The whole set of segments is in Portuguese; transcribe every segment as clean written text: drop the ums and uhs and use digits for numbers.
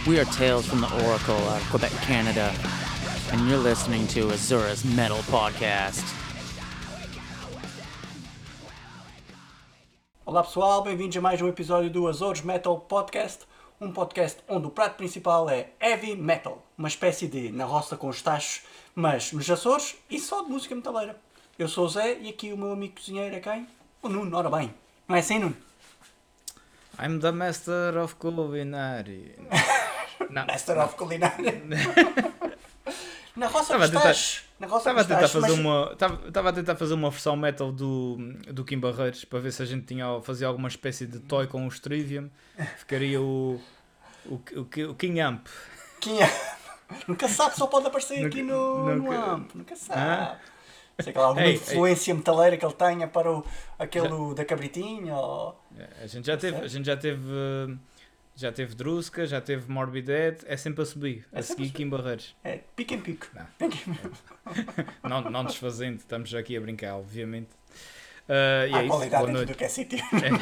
We are Tales from the Oracle out of Quebec, Canada, and you're listening to Azura's Metal Podcast. Olá pessoal, bem-vindos a mais um episódio do Azores Metal Podcast, um podcast onde o prato principal é heavy metal, uma espécie de na roça com os tachos, mas nos Açores e só de música metaleira. Eu sou o Zé e aqui o meu amigo cozinheiro é quem? O Nuno, ora bem. Não é assim, Nuno? I'm the master of culinary. Não. Master of Culinária. Na roça dos Estava tachos. Na roça a dos tentar tachos, fazer mas... estava a tentar fazer uma versão metal do Kim Barreiros para ver se a gente fazia alguma espécie de toy com os Trivium. Ficaria o King Amp. Nunca sabe, só pode aparecer aqui no AMP. Nunca sabe. Sei que há alguma influência metaleira que ele tenha para aquele da cabritinha ou... A gente já teve Druska, já teve Morbid Dead, é sempre a subir, a seguir Kim Barreiros. É, pique em pico. Não desfazendo, estamos aqui a brincar, obviamente. E é isso, boa noite. Do que é sítio.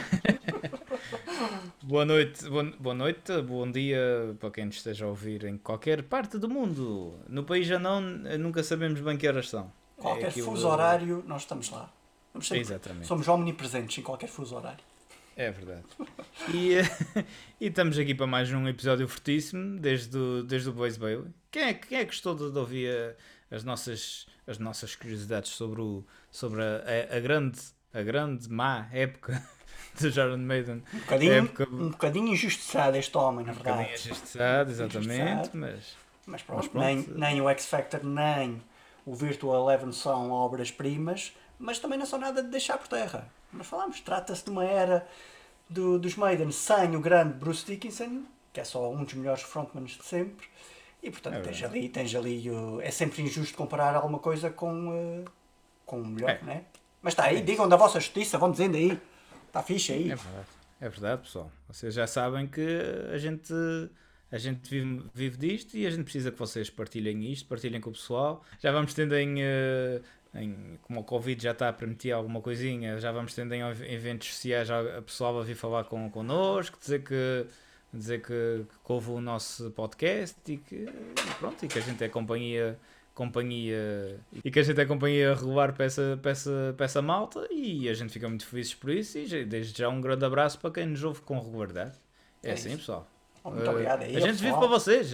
Boa noite, bom dia para quem nos esteja a ouvir em qualquer parte do mundo. No país já nunca sabemos bem que horas são. Qualquer fuso horário, nós estamos lá. Exatamente. Somos omnipresentes em qualquer fuso horário. É verdade. E estamos aqui para mais um episódio fortíssimo, desde o Boys Bailey. Quem é que gostou de ouvir as nossas curiosidades sobre a grande má época do Iron Maiden? Um bocadinho injustiçado este homem, na verdade. Um bocadinho injustiçado, exatamente. Mas pronto. Nem o X Factor, nem o Virtual Eleven são obras-primas, mas também não são nada de deixar por terra. Mas falamos, trata-se de uma era dos Maiden sem o grande Bruce Dickinson, que é só um dos melhores frontmans de sempre, e portanto tens ali é sempre injusto comparar alguma coisa com o melhor, não é? Mas está aí, digam da vossa justiça, vão dizendo aí, está fixe aí. É verdade, pessoal. Vocês já sabem que a gente vive disto e a gente precisa que vocês partilhem isto, partilhem com o pessoal. Já vamos tendo como o Covid já está a permitir alguma coisinha, já vamos tendo em eventos sociais a pessoa a vir falar connosco, dizer que ouve o nosso podcast e que a gente é companhia e que a gente é companhia regular para essa malta, e a gente fica muito felizes por isso, e desde já um grande abraço para quem nos ouve com regularidade. É assim, pessoal. Muito obrigado aí, a gente vive para vocês, a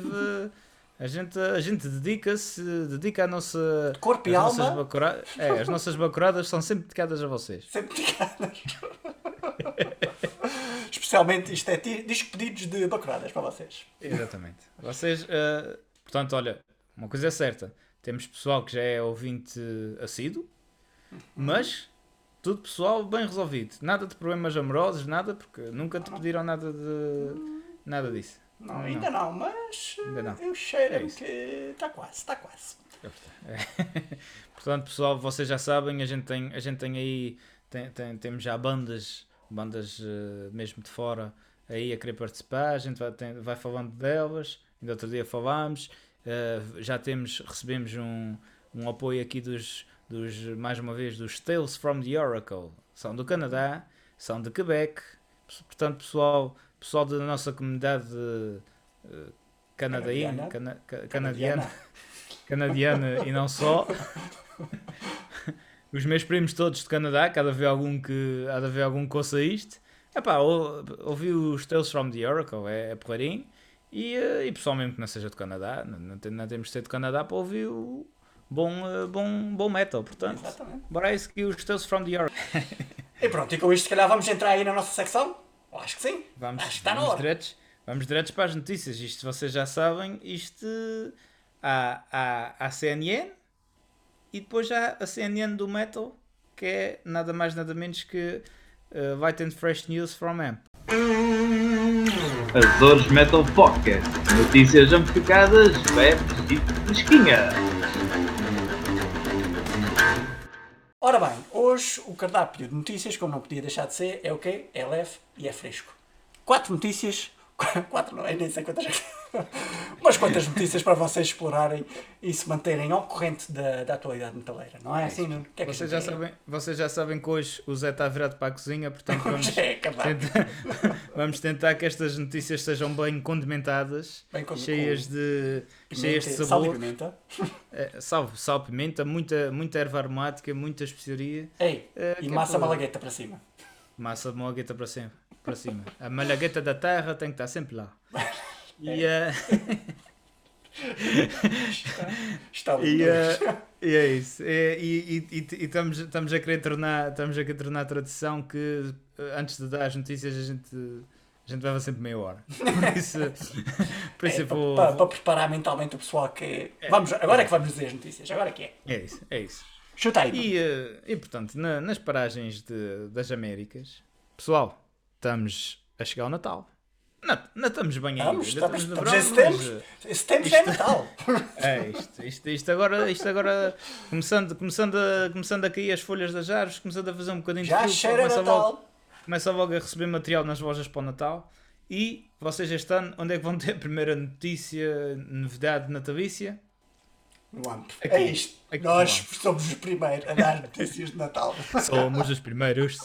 gente dedica a nossa corpo e alma. As nossas bacuradas são sempre dedicadas a vocês. Sempre dedicadas. Especialmente isto é disco pedidos de bacuradas para vocês. Exatamente. Vocês, portanto, olha, uma coisa é certa, temos pessoal que já é ouvinte assíduo, mas tudo pessoal bem resolvido, nada de problemas amorosos, nada, porque nunca te pediram nada disso. Não, ainda não, mas eu cheiro-me que está quase. Portanto, pessoal, vocês já sabem, a gente tem aí, temos já bandas mesmo de fora aí a querer participar, a gente vai falando delas, ainda outro dia falámos, recebemos um apoio aqui mais uma vez, dos Tales from the Oracle. São do Canadá, são de Quebec, portanto, pessoal da nossa comunidade canadiana e não só. Os meus primos todos de Canadá, há de haver algum que ouça isto. Ouvi os Tales from the Oracle, é porreirinho. E pessoal mesmo que não seja do Canadá, não temos de ser do Canadá para ouvir o bom metal, portanto. Exatamente. Bora aí seguir os Tales from the Oracle. E pronto, e com isto se calhar vamos entrar aí na nossa secção? Acho que sim. Acho que está na hora. Vamos diretos para as notícias. Isto vocês já sabem, há a CNN e depois já a CNN do metal, que é nada mais nada menos que Light and Fresh News from AMP. Azores Metal Podcast. Notícias amplificadas, web e fresquinha. Ora bem, hoje o cardápio de notícias, como não podia deixar de ser, é o quê? É leve e é fresco. 4 notícias. 4 não é, nem sei quantas. Umas quantas notícias para vocês explorarem e se manterem ao corrente da atualidade metaleira, não é assim? Nuno? O que é que Vocês já sabem que hoje o Zé está virado para a cozinha, portanto vamos tentar que estas notícias sejam bem condimentadas, cheias de sabor. Sal e pimenta. Sal, pimenta, muita erva aromática, muita especiaria. E massa malagueta para cima. Massa de malagueta para cima. A malagueta da terra tem que estar sempre lá. Está lindo. E é isso. E estamos a querer tornar a tradição que antes de dar as notícias a gente leva sempre meia hora. Por isso para preparar mentalmente o pessoal que... Agora é que vamos dizer as notícias. Agora é que é. É isso. Chuta aí. E portanto, nas paragens das Américas, pessoal, estamos a chegar ao Natal. Não estamos bem ainda. Estamos esse tempo já é Natal. Isto agora começando a cair as folhas das árvores, começando a fazer um bocadinho já de frio. Começa logo a receber material nas lojas para o Natal. E vocês este ano, onde é que vão ter a primeira novidade natalícia? No AMP. É isto. Nós somos os primeiros a dar notícias de Natal. Somos os primeiros.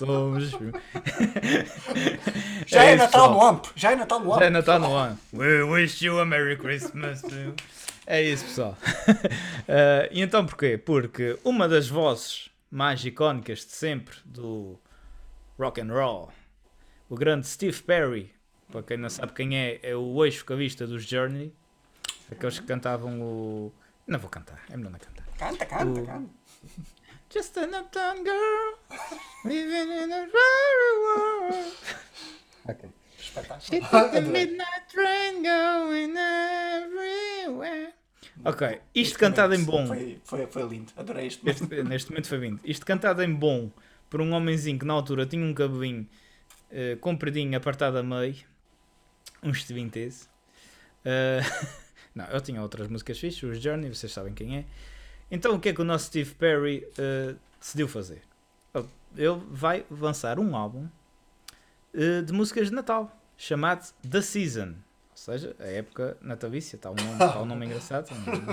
Já é Natal no AMP. Já é Natal no AMP. We wish you a Merry Christmas. É isso, pessoal. E então porquê? Porque uma das vozes mais icónicas de sempre do rock and roll, o grande Steve Perry, para quem não sabe quem é o ex-vocalista dos Journey, aqueles que cantavam o... Não vou cantar, é melhor não cantar. Canta. Just an uptown girl living in a rare world. Ok. She took the midnight train going everywhere. Ok, isto cantado em bom. Foi lindo, adorei isto. Neste momento foi lindo. Isto cantado em bom por um homenzinho que na altura tinha um cabelinho compridinho, apartado a meio. Um estevintese. Não, eu tinha outras músicas fixas, os Journey, vocês sabem quem é. Então o que é que o nosso Steve Perry decidiu fazer? Ele vai lançar um álbum de músicas de Natal, chamado The Season. Ou seja, a época natalícia, está um nome engraçado.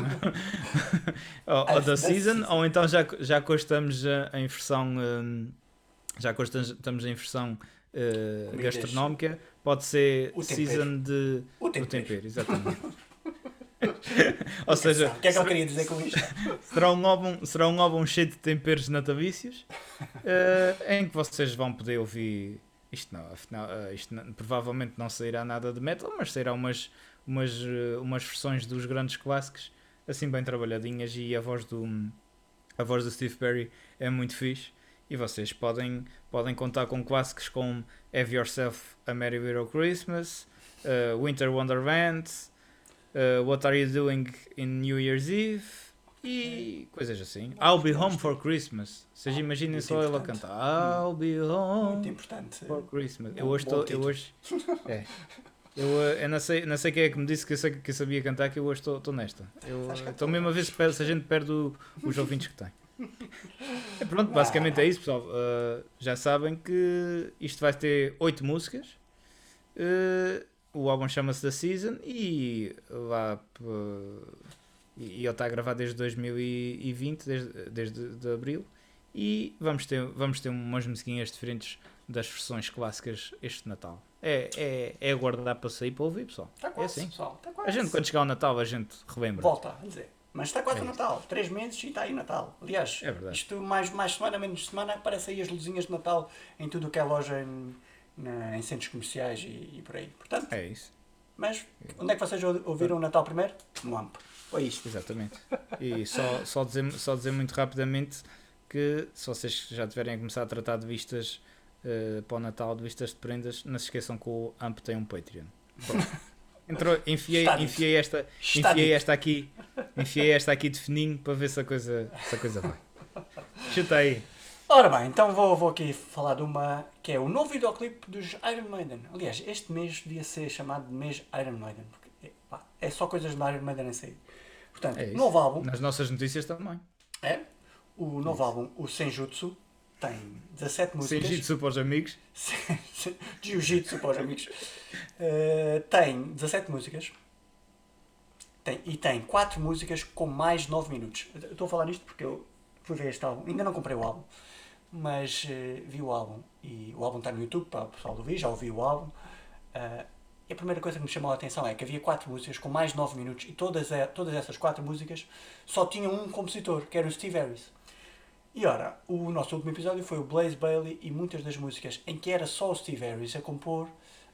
Ou The Season, ou então já que hoje estamos em versão... já que hoje estamos em versão gastronómica, pode ser Season de... O tempero, exatamente. Ou seja, o que é que eu queria dizer com isto? será um álbum cheio de temperos natalícios em que vocês vão poder ouvir isto provavelmente não sairá nada de metal, mas sairá umas versões dos grandes clássicos assim bem trabalhadinhas, e a voz do Steve Perry é muito fixe, e vocês podem contar com clássicos como Have Yourself a Merry Little Christmas, Winter Wonderland, What Are You Doing in New Year's Eve e coisas assim. I'll Be Home for Christmas. Vocês imaginem só ele a cantar I'll Be Home muito importante for Christmas. Eu não sei quem é que me disse que eu sabia cantar, que eu hoje estou nesta. Estou mesmo a ver se a gente perde os ouvintes que tem. Pronto, basicamente é isso, pessoal. Já sabem que isto vai ter 8 músicas. O álbum chama-se The Season e ele está a gravar desde 2020, desde abril, e vamos ter umas musiquinhas diferentes das versões clássicas este Natal. É aguardar para sair para ouvir, pessoal. Está quase, assim. pessoal. Está quase. A gente, quando chegar ao Natal, a gente relembra. Volta a dizer. Mas está quase o Natal. 3 meses e está aí o Natal. Aliás, isto mais semana, menos semana, aparecem aí as luzinhas de Natal em tudo o que é loja em centros comerciais e por aí. Portanto, é isso. Mas onde é que vocês ouviram o Natal primeiro? No AMP. Foi isto. Exatamente. E só dizer muito rapidamente que se vocês já tiverem a começar a tratar de vistas para o Natal, de vistas de prendas, não se esqueçam que o AMP tem um Patreon. Enfiei esta aqui de fininho para ver se a coisa vai. Chuta aí. Ora bem, então vou aqui falar de uma que é o novo videoclipe dos Iron Maiden. Aliás, este mês devia ser chamado de mês Iron Maiden, porque é só coisas de Iron Maiden a sair. Portanto, novo álbum. Nas nossas notícias também. É? O novo álbum, o Senjutsu, tem 17 músicas. Senjutsu para os amigos. Jiu-Jitsu para os amigos. Tem 17 músicas. Tem 4 músicas com mais de 9 minutos. Eu estou a falar nisto porque eu fui ver este álbum, ainda não comprei o álbum, mas vi o álbum, e o álbum está no YouTube para o pessoal ouvir, já ouvi o álbum. E a primeira coisa que me chamou a atenção é que havia 4 músicas com mais de 9 minutos, e todas essas 4 músicas só tinham um compositor, que era o Steve Harris. E ora, o nosso último episódio foi o Blaze Bayley, e muitas das músicas em que era só o Steve Harris a compor,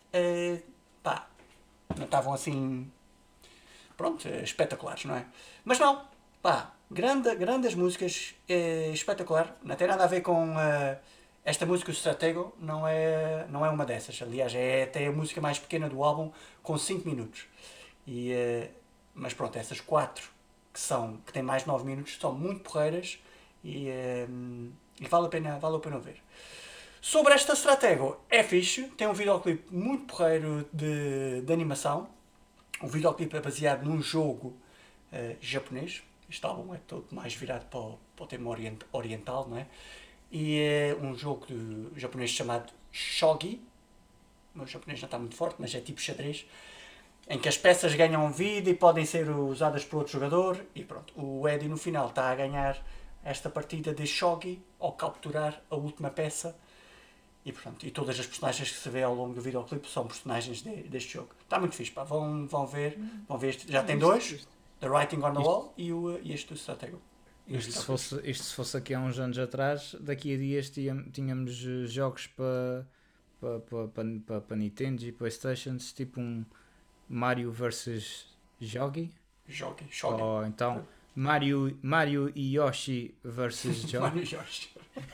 não estavam assim, pronto, espetaculares, não é? Mas não, grandes músicas, espetacular, não tem nada a ver com esta música, o Stratego, não é uma dessas, aliás, é até a música mais pequena do álbum, com 5 minutos. Mas pronto, essas 4 que têm mais de 9 minutos são muito porreiras, e vale a pena ver. Sobre esta Stratego, é fixe, tem um videoclipe muito porreiro de animação. O videoclipe é baseado num jogo japonês. Este álbum é todo mais virado para o tema oriental, não é? E é um jogo japonês chamado Shogi. O meu japonês não está muito forte, mas é tipo xadrez, em que as peças ganham vida e podem ser usadas por outro jogador. E pronto, o Eddie no final está a ganhar esta partida de Shogi ao capturar a última peça. E pronto, e todas as personagens que se vê ao longo do videoclipe são personagens deste jogo. Está muito fixe, pá. Vão ver este. Já tem 2, The Writing on the Wall e este do Stratego. Isto se fosse aqui há uns anos atrás, daqui a dias tínhamos jogos para Nintendo e Playstations, tipo um Mario vs Yogi. Shogi. Ou então Mario e Yoshi vs Yogi. Mario e Yoshi.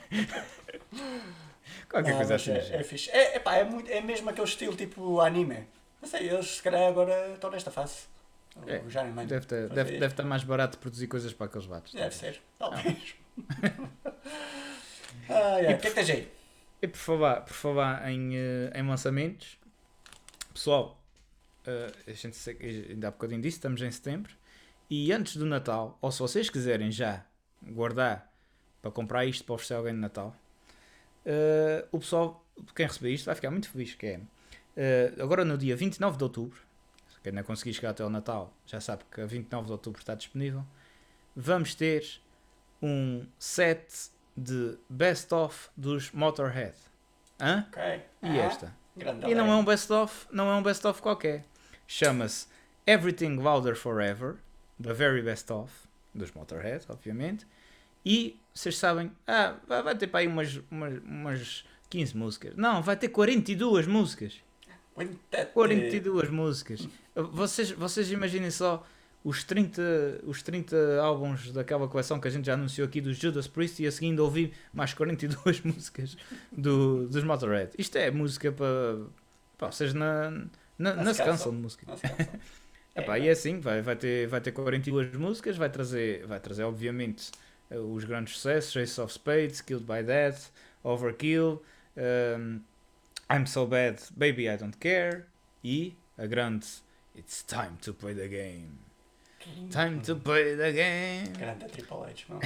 Qualquer coisa assim. É fixe. É mesmo aquele estilo tipo anime. Não sei, eles se calhar agora estão nesta fase. Já nem lembro. Deve estar mais barato produzir coisas para aqueles vatos. Deve ser, talvez. O que é que tens aí? E por falar em lançamentos, pessoal, a gente ainda há bocadinho disso, estamos em setembro, e antes do Natal, ou se vocês quiserem já guardar para comprar isto para oferecer a alguém no Natal, o pessoal, quem receber isto vai ficar muito feliz, que é agora no dia 29 de outubro, quem não conseguir chegar até ao Natal já sabe que a 29 de outubro está disponível, vamos ter um set de best-of dos Motorhead. Hã? Ok. E esta? Grande E não é um best-of qualquer. Chama-se Everything Louder Forever, The Very Best Of, dos Motorhead, obviamente. E vocês sabem, vai ter para aí umas 15 músicas. Não, vai ter 42 músicas. 42 músicas. Vocês imaginem só os 30 álbuns daquela coleção que a gente já anunciou aqui dos Judas Priest, e a seguir ouvi mais 42 músicas dos Motorhead. Isto é música para vocês não se cansam de música. E é assim, vai ter 42 músicas, vai trazer obviamente os grandes sucessos, Ace of Spades, Killed by Death, Overkill, I'm So Bad, Baby I Don't Care, e a grande It's Time to Play the Game. Time to play the game. Grande Triple H, não?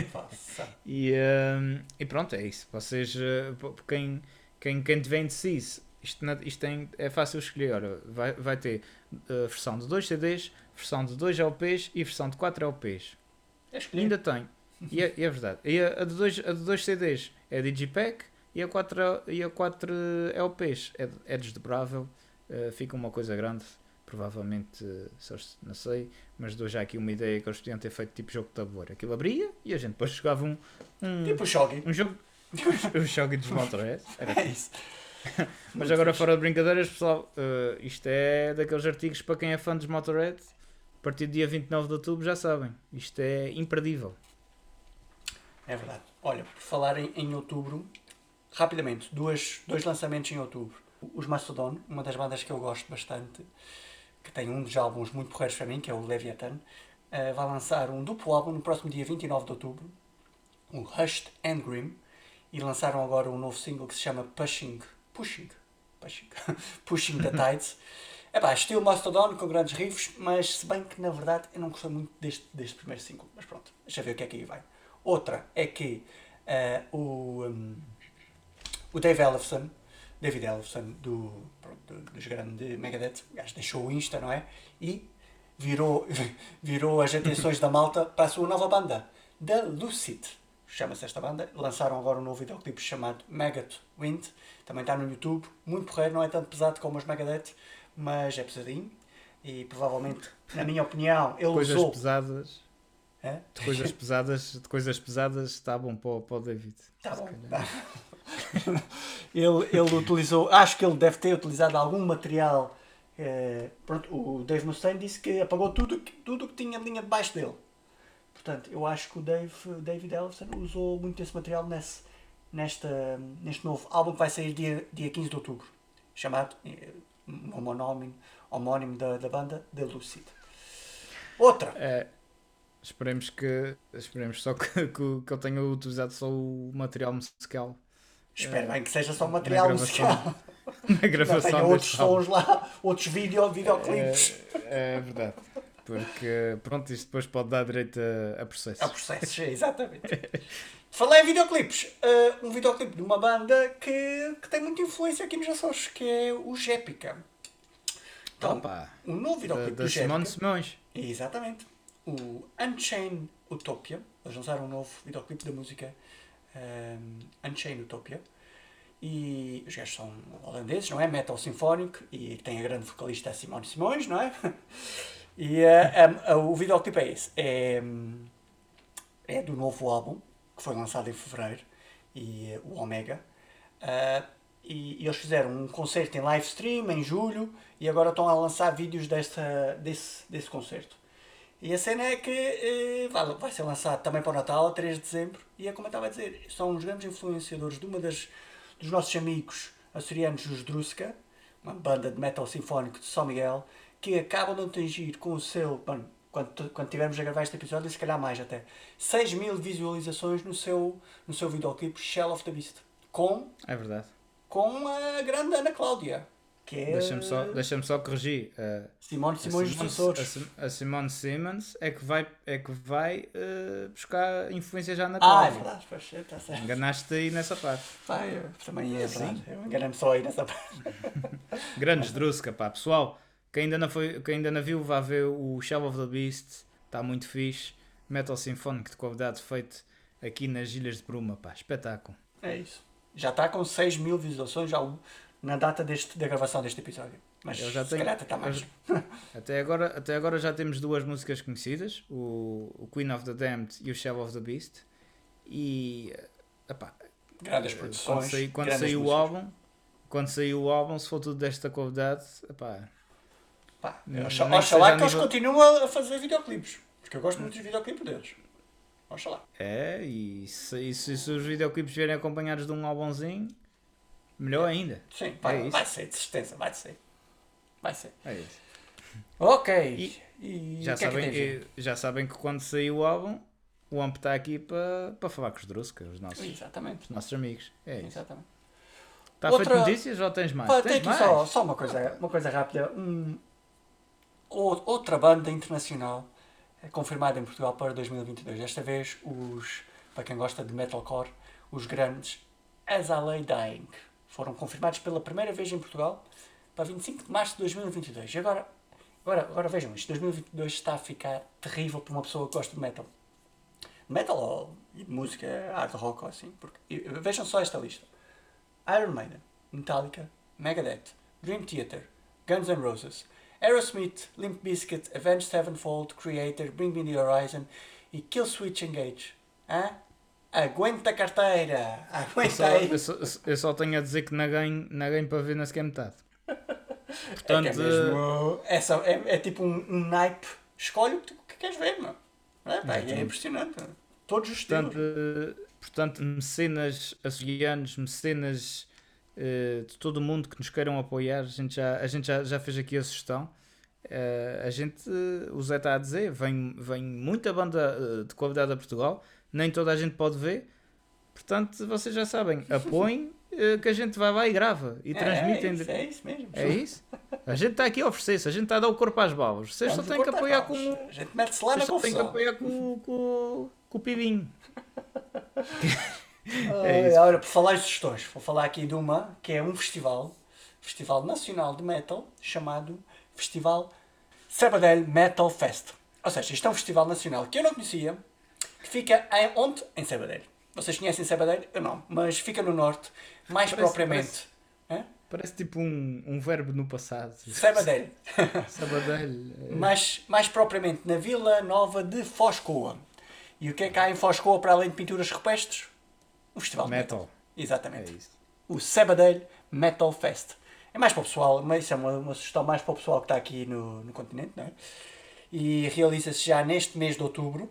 E pronto, é isso. Vocês, quem vem de si, isto é fácil escolher. Ora, vai ter versão de 2 CDs, versão de 2 LPs e versão de 4 LPs. Ainda tem. E é verdade. E a de 2 CDs é Digipack, e a 4 LPs é desdobrável. Fica uma coisa grande. Provavelmente, não sei, mas dou já aqui uma ideia que eles podiam ter feito tipo jogo de tabuleiro. Aquilo abria e a gente depois jogava tipo Shogi. Um jogo. O Shogi dos Motorhead. É isso. Mas agora, fora de brincadeiras, pessoal, isto é daqueles artigos para quem é fã dos Motorhead. A partir do dia 29 de outubro, já sabem. Isto é imperdível. É verdade. Olha, por falar em outubro, rapidamente, dois lançamentos em outubro. Os Mastodon, uma das bandas que eu gosto bastante, que tem um dos álbuns muito porreiros para mim, que é o Leviathan, vai lançar um duplo álbum no próximo dia 29 de outubro, o Hushed and Grim, e lançaram agora um novo single que se chama Pushing the Tides. Estilo Mastodon, com grandes riffs, mas se bem que na verdade eu não gostei muito deste primeiro single, mas pronto, deixa ver o que é que aí vai. Outra é que o David Ellefson dos grandes Megadeth, o gajo deixou o Insta, não é? E virou as atenções da malta para a sua nova banda, The Lucid. Chama-se esta banda. Lançaram agora um novo videoclipe chamado Maggot Wind. Também está no YouTube. Muito porreiro, não é tanto pesado como os Megadeth, mas é pesadinho. E provavelmente, na minha opinião, ele Coisas usou... pesadas. É? De coisas pesadas está bom para o David. Tá bom. Ele utilizou... Acho que ele deve ter utilizado algum material... pronto, o Dave Mustaine disse que apagou tudo que tinha de linha debaixo dele. Portanto, eu acho que o David Ellefson usou muito desse material neste novo álbum que vai sair dia 15 de outubro, chamado, homónimo da banda, The Lucid. Outra! Esperemos só que ele tenha utilizado só o material musical. Espero bem que seja só material musical. Na gravação não tenha outros sons lá, outros videoclipes. É verdade. Porque, pronto, isto depois pode dar direito a processos. A processos, exatamente. Falei em videoclipes. Um videoclipe de uma banda que tem muita influência aqui nos Açores, que é o Jépica. Então, um novo videoclipe do Jépica. Simone Simões. Exatamente. O Unchained Utopia. Eles lançaram um novo videoclipe da música Unchained Utopia. E os gajos são holandeses, não é? Metal sinfónico. E tem a grande vocalista Simone Simões, não é? E o videoclipe é esse. É do novo álbum, que foi lançado em fevereiro, e o Omega. E eles fizeram um concerto em live stream em julho, e agora estão a lançar vídeos desse concerto. E a cena é que vai ser lançado também para o Natal, a 3 de dezembro, e é como eu estava a dizer, são os grandes influenciadores de dos nossos amigos açorianos, os Druska, uma banda de metal sinfónico de São Miguel, que acabam de atingir com o seu, quando tivermos a gravar este episódio, se calhar mais até, 6.000 visualizações no seu videoclipe Shell of the Beast. É verdade. Com a grande Ana Cláudia, que é... Deixa-me só corrigir. Simone Simões dos Açores. A Simone Simons é que vai buscar influência já na Cláudia. É verdade, pois, está certo. Enganaste aí nessa parte. Eu também é verdade. Eu enganei-me só aí nessa parte. Grandes Druska, pá. Pessoal, quem ainda não viu, vá ver o Shell of the Beast. Está muito fixe. Metal sinfónico de qualidade feito aqui nas Ilhas de Bruma, pá. Espetáculo. É isso. Já está com 6.000 visualizações na data da gravação deste episódio. Mas se calhar está mais. Até agora já temos duas músicas conhecidas. O Queen of the Damned e o Shell of the Beast. E... grandes produções. Quando saiu o álbum, se for tudo desta qualidade... Oxalá que eles continuem a fazer videoclipes. Porque eu gosto muito dos videoclipes deles. Oxalá. E se os videoclipes vierem acompanhados de um álbumzinho, melhor ainda. Sim, vai ser, de certeza, vai ser. É isso. Ok. E já sabem que quando sair o álbum, o AMP está aqui para falar com os Druska, os nossos amigos. É isso. Exatamente. Está feito notícias ou tens mais? Tem aqui só uma coisa rápida. Outra banda internacional confirmada em Portugal para 2022. Desta vez, para quem gosta de metalcore, os grandes As I Lay Dying foram confirmados pela primeira vez em Portugal para 25 de março de 2022. E agora vejam isto, 2022 está a ficar terrível para uma pessoa que gosta de metal. Metal ou música hard rock ou assim. Vejam só esta lista. Iron Maiden, Metallica, Megadeth, Dream Theater, Guns N' Roses, Aerosmith, Limp Bizkit, Avenged Sevenfold, Creator, Bring Me The Horizon e Killswitch Engage. Aguenta a carteira! Aguenta aí! Eu só tenho a dizer que não ganho para ver na sequer metade. Portanto, é tipo um naipe. Escolhe o que queres ver, mano. É impressionante. Todos os estilos. Portanto, mecenas açorianos, mecenas de todo o mundo que nos queiram apoiar, a gente já fez aqui a sugestão. O Zé está a dizer, vem muita banda de qualidade a Portugal, nem toda a gente pode ver, portanto vocês já sabem, apoiem que a gente vai lá e grava e transmite. É isso mesmo. É isso? A gente está aqui a oferecer-se, a gente está a dar o corpo às balas. Vocês só têm que apoiar com a gente mete-se lá na confusão. Têm que apoiar com o pibinho. Olha, por falar em sugestões, vou falar aqui de uma que é um festival nacional de metal chamado Festival Sabadell Metal Fest. Ou seja, isto é um festival nacional que eu não conhecia, que fica onde? Em Sabadell. Vocês conhecem Sabadell? Eu não, mas fica no norte, mais propriamente. Parece tipo um verbo no passado. Sabadell. Sabadell. Mais propriamente na Vila Nova de Foscoa. E o que é que há em Foscoa para além de pinturas rupestres? Um festival de metal. Exatamente. É isso. O Sabadell Metal Fest. É mais para o pessoal, mas isso é uma sugestão mais para o pessoal que está aqui no continente, não é? E realiza-se já neste mês de outubro.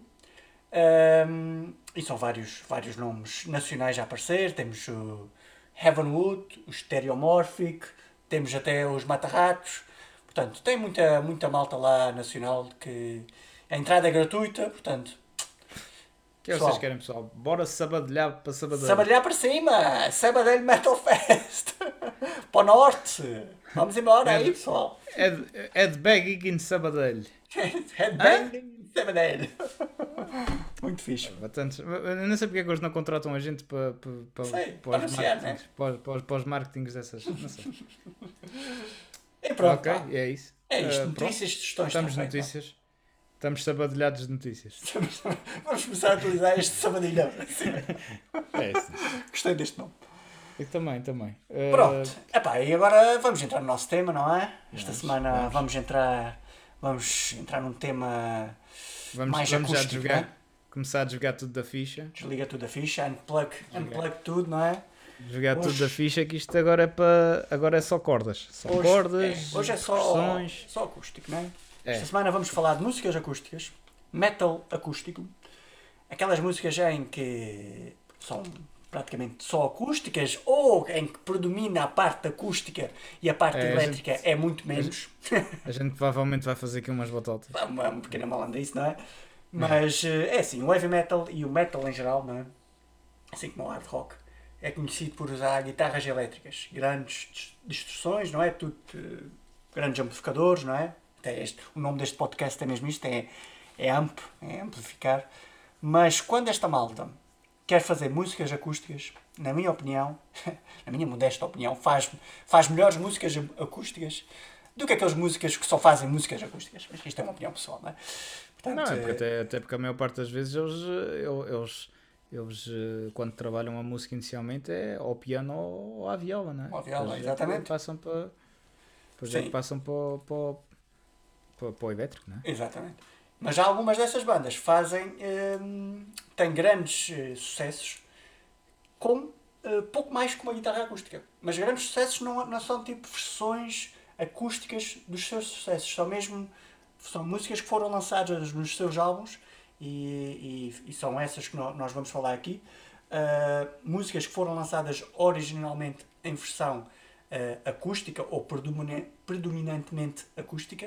E são vários nomes nacionais a aparecer. Temos o Heavenwood, o Stereomorphic, temos até os Mata-Ratos. Portanto, tem muita malta lá nacional que a entrada é gratuita, portanto... O que é que vocês querem, pessoal? Bora sabadelhar para Sabadell. Sabadelhar para cima! Sabadell Metal Fest! Para o norte! Vamos embora aí, pessoal! Headbanging in Sabadell. Headbanging in Sabadell! Muito fixe. Eu não sei porque é que eles não contratam a gente para os marketings, para os marketings dessas. Não sei. E pronto. Ok, é isso. É isto, notícias, sugestões. Estamos de notícias. Estamos sabadelhados de notícias. Vamos começar a utilizar este sabadilhão. É isso. Gostei deste nome. Eu também. Pronto. E agora vamos entrar no nosso tema, não é? Esta semana vamos entrar num tema mais acústico, já né? começar a jogar tudo da ficha. Desliga tudo da ficha, unplug tudo, não é? Jogar tudo da ficha, que isto agora é só cordas. Hoje é só acústico, não é? Esta semana vamos falar de músicas acústicas, metal acústico, aquelas músicas em que são praticamente só acústicas ou em que predomina a parte acústica e a parte elétrica é muito menos. A gente provavelmente vai fazer aqui umas batotas. Uma pequena malandrice, não é? Mas é assim, o heavy metal e o metal em geral, não é? Assim como o hard rock, é conhecido por usar guitarras elétricas, grandes distorções, não é? Tudo, grandes amplificadores, não é? O nome deste podcast é mesmo isto, é amplificar. Mas quando esta malta quer fazer músicas acústicas, na minha opinião, na minha modesta opinião, faz melhores músicas acústicas do que aqueles músicos que só fazem músicas acústicas. Mas isto é uma opinião pessoal, não é? Portanto, não, até porque a maior parte das vezes eles quando trabalham a música inicialmente é ao piano ou à viola, não é? Ou à viola, exatamente. Passam para o elétrico, não é? Exatamente. Mas já algumas dessas bandas têm grandes sucessos com pouco mais que uma guitarra acústica. Mas grandes sucessos não são tipo versões acústicas dos seus sucessos. São músicas que foram lançadas nos seus álbuns e são essas que nós vamos falar aqui. Músicas que foram lançadas originalmente em versão acústica ou predominantemente acústica.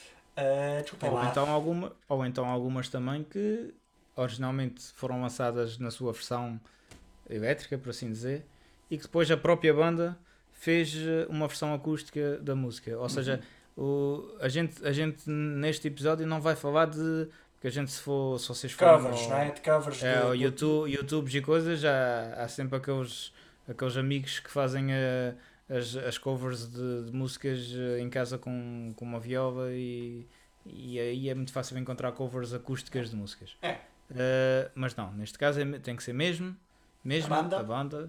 Ou então algumas também que originalmente foram lançadas na sua versão elétrica, por assim dizer, e que depois a própria banda fez uma versão acústica da música. Ou seja, a gente neste episódio não vai falar de... Porque a gente, se vocês forem covers, não é? De covers ao YouTube e coisas, já há sempre aqueles amigos que fazem as covers de músicas em casa com uma viola e aí é muito fácil encontrar covers acústicas de músicas. Mas não, neste caso tem que ser mesmo a banda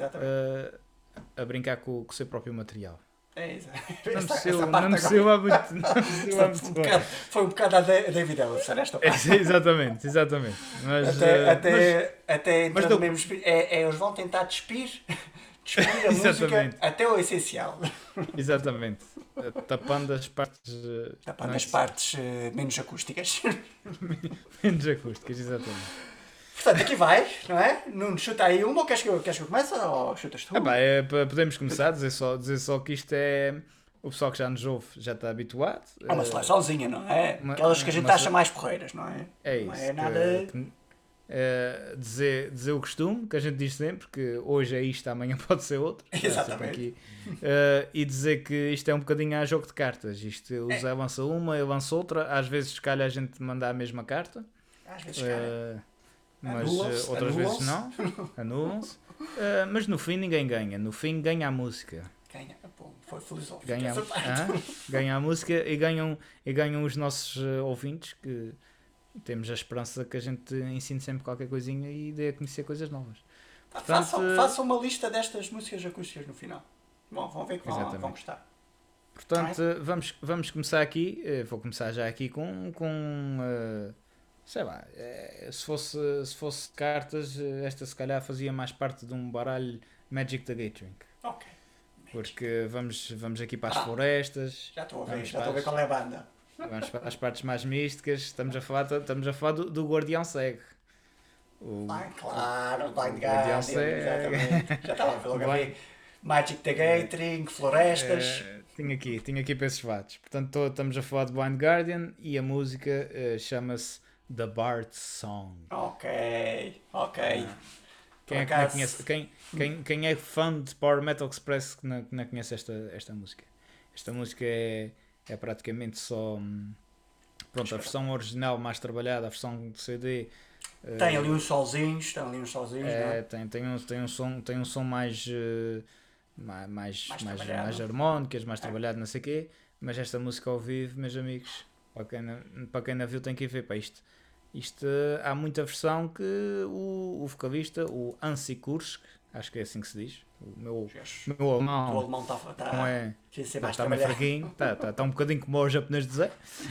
a brincar com o seu próprio material. É exato. Não me soa muito. Foi um bocado a David Ellis, esta parte. Exatamente. Mas, até eles vão tentar despir a música até o essencial. Exatamente. Tapando as partes... as partes menos acústicas. Menos acústicas, exatamente. Portanto, aqui vai, não é? Nuno, chuta aí uma, ou queres que eu comece ou chutas tu? Podemos começar a dizer só que isto é... O pessoal que já nos ouve já está habituado. É uma seleçãozinha, não é? Aquelas que a gente acha mais porreiras, não é? É isso. Não é nada... dizer o costume, que a gente diz sempre, que hoje é isto, amanhã pode ser outro. Exatamente. Aqui. E dizer que isto é um bocadinho a jogo de cartas. Isto o Zé lança uma, eu lanço outra. Às vezes, se calhar, a gente manda a mesma carta. Às vezes, mas outras vezes não. Anulam-se. Mas no fim ninguém ganha. No fim ganha a música. Ganha. foi filosófico. Ganha a música e ganham os nossos ouvintes, que temos a esperança que a gente ensine sempre qualquer coisinha e dê a conhecer coisas novas. Portanto, façam uma lista destas músicas acústicas no final. Bom, vão ver que vão gostar. Portanto, vamos começar aqui. Vou começar já aqui com sei lá, se fosse cartas, esta se calhar fazia mais parte de um baralho Magic the Gathering. Ok. Porque vamos aqui para as florestas. Já estou a ver qual é a banda. Vamos para as partes mais místicas. Estamos a falar do Guardião Cego. Claro, o Blind Guardian, exatamente. Já estava a ver logo a ver. Magic the Gathering, florestas. Tinha aqui para esses fatos. Portanto, estamos a falar de Blind Guardian e a música chama-se The Bard's Song. Ok. Quem é fã de Power Metal Express que não conhece esta música? Esta música é praticamente só a versão original mais trabalhada, a versão de CD. Tem ali uns solzinhos, não é? Tem um som mais harmónicas, mais trabalhado, não sei o quê. Mas esta música ao vivo, meus amigos, para quem não viu, tem que ir ver para isto. Há muita versão que o vocalista, o Hansi Kursk, acho que é assim que se diz, o meu alemão, o alemão está meio fraquinho, está um bocadinho como o japonês dizer,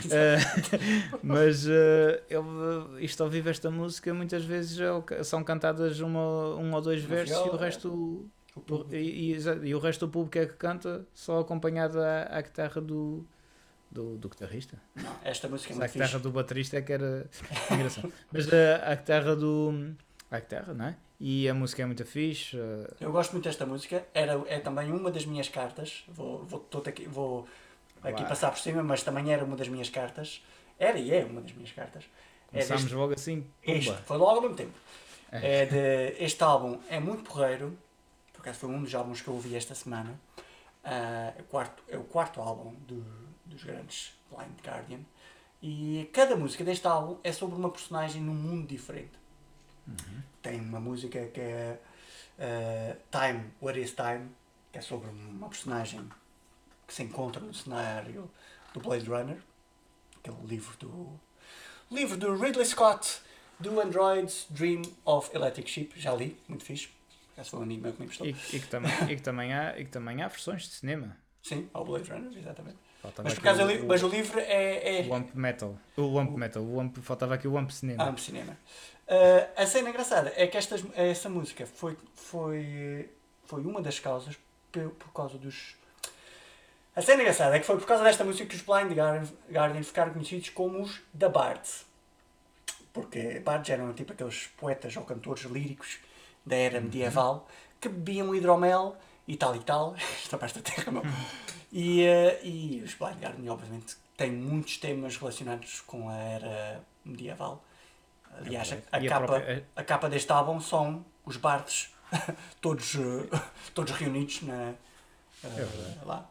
mas isto ao vivo, esta música, muitas vezes são cantadas um ou dois versos e o resto o resto do público é que canta, só acompanhado à guitarra do guitarrista. Não, esta música é muito muito fixe. A guitarra do baterista é que era engraçado. Mas a guitarra a guitarra, não é? E a música é muito fixe. Eu gosto muito desta música. É também uma das minhas cartas. Vou aqui passar por cima, mas também era uma das minhas cartas. Era e é uma das minhas cartas. Começámos logo assim, pumba. Foi logo ao mesmo tempo. Este álbum é muito porreiro. Por acaso foi um dos álbuns que eu ouvi esta semana. É o quarto álbum dos grandes Blind Guardian, e cada música deste álbum é sobre uma personagem num mundo diferente. Tem uma música que é Time, What is Time, que é sobre uma personagem que se encontra no cenário do Blade Runner, aquele livro do Ridley Scott, do Android's Dream of Electric Sheep. Já li, muito fixe. Esse foi um amigo meu que me emprestou. E que também há versões de cinema. Sim, ao Blade Runner, exatamente. Mas, por causa mas o livro é... O Wamp Metal. Faltava aqui o Wamp Cinema. Wamp Cinema. A cena engraçada é que essa música foi uma das causas por causa dos... A cena engraçada é que foi por causa desta música que os Blind Guardian ficaram conhecidos como os The Bards. Porque Bards eram tipo aqueles poetas ou cantores líricos da era medieval que bebiam hidromel e tal, esta parte da terra, não. E os Blind Guardian, obviamente, têm muitos temas relacionados com a era medieval. Aliás, a capa deste álbum são os bardos todos reunidos lá.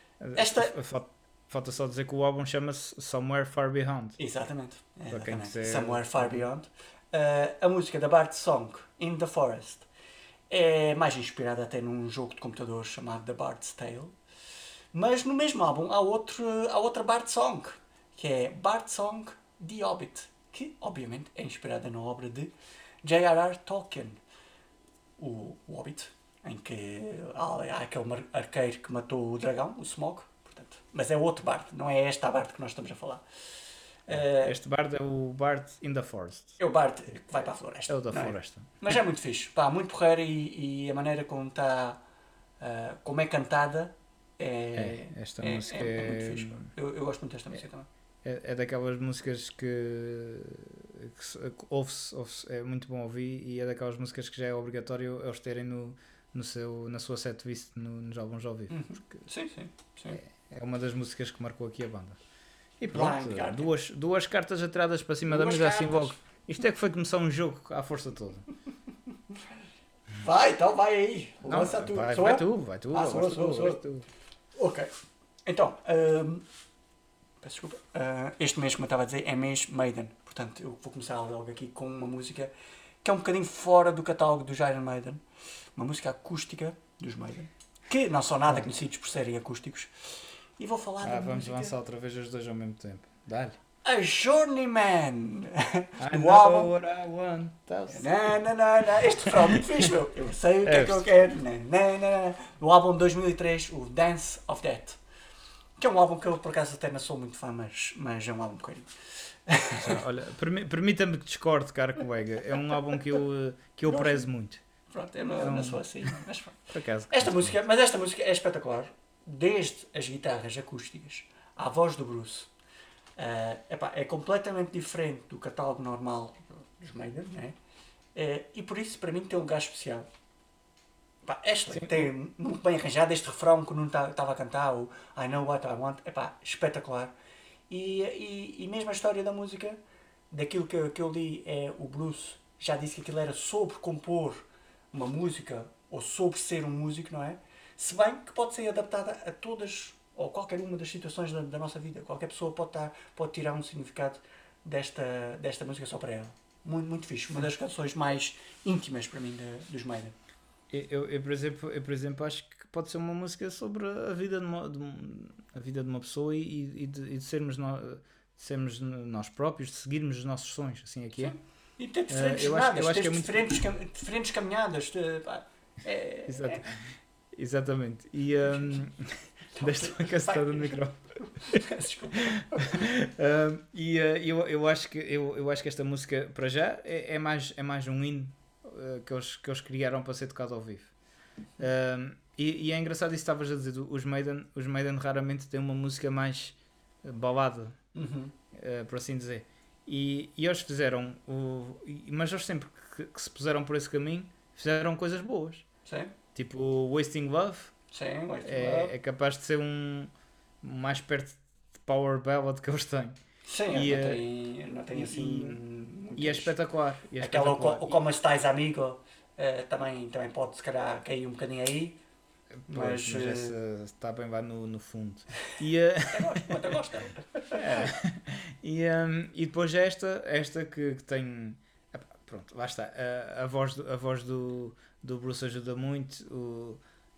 Falta só dizer que o álbum chama-se Somewhere Far Beyond. Exatamente. Somewhere Far Beyond. A música da Bard's Song, In the Forest, é mais inspirada até num jogo de computador chamado The Bard's Tale. Mas no mesmo álbum há outra Bard's Song, que é Bard's Song The Hobbit, que obviamente é inspirada na obra de J.R.R. Tolkien, o Hobbit, em que há aquele arqueiro que matou o dragão, o Smaug, portanto. Mas é outro Bard, não é esta a Bard que nós estamos a falar. Este Bard é o Bard in the Forest. É o Bard que vai para a floresta. É o da floresta. Mas é muito fixe, pá, muito porreiro, e a maneira como está, como é cantada, esta música é muito fixe. Eu gosto muito desta música também. É daquelas músicas que ouve-se, é muito bom ouvir, e é daquelas músicas que já é obrigatório eles terem na sua setlist nos álbuns ao vivo. Sim. É uma das músicas que marcou aqui a banda. E pronto, duas cartas atiradas para cima da mesa assim logo. Isto é que foi começar um jogo à força toda. Vai aí. Lança tu. Vai tu. Sou. Ok. Então, peço desculpa. Este mês, como eu estava a dizer, é mês Maiden. Portanto, eu vou começar logo aqui com uma música que é um bocadinho fora do catálogo dos Iron Maiden. Uma música acústica dos Maiden. que não são nada conhecidos por serem acústicos. E vou falar da vamos música... lançar outra vez os dois ao mesmo tempo. Dá-lhe. A Journeyman! I Do know álbum... what I want. Não. Este refrão é muito fixe, meu. Eu sei o que é que eu quero. Não. Do álbum de 2003, o Dance of Death. Que é um álbum que eu, por acaso, até não sou muito fã, mas é um álbum bocadinho. Olha, permita-me que discorde, caro colega. É um álbum que eu prezo muito. Pronto, eu não sou assim. Mas pronto. Por acaso. Esta música é espetacular. Desde as guitarras acústicas à voz do Bruce. É completamente diferente do catálogo normal dos Maiden, né? E por isso, para mim, tem um lugar especial. Tem muito bem arranjado este refrão que o Nuno estava a cantar, o I Know What I Want, espetacular. E mesmo a história da música, daquilo que eu li, o Bruce já disse que aquilo era sobre compor uma música ou sobre ser um músico, não é? Se bem que pode ser adaptada a todas ou qualquer uma das situações da nossa vida. Qualquer pessoa pode tirar um significado desta música só para ela. Muito, muito fixe. Uma das canções mais íntimas para mim dos Maiden. Eu, por exemplo, acho que pode ser uma música sobre a vida de uma pessoa e de sermos nós próprios, de seguirmos os nossos sonhos. Assim aqui é. E ter diferentes diferentes caminhadas. Exatamente. E deste uma cacetada no microfone. Desculpa. Eu acho que esta música, para já, é mais um hino que eles criaram para ser tocado ao vivo. E é engraçado isso que estavas a dizer. Os Maiden raramente têm uma música mais balada, por assim dizer. E eles fizeram, mas eles sempre que se puseram por esse caminho, fizeram coisas boas. Sim. Tipo Wasting Love. Sim, Wasting Love. É capaz de ser mais perto de power ballad que eles têm. Sim, não tem assim... E é espetacular. Aquela o Como Estás Amigo também pode se calhar cair um bocadinho aí. Mas essa está bem lá no fundo. Eu gosto. E depois esta que tem... Pronto, lá está. A voz do Bruce ajuda muito.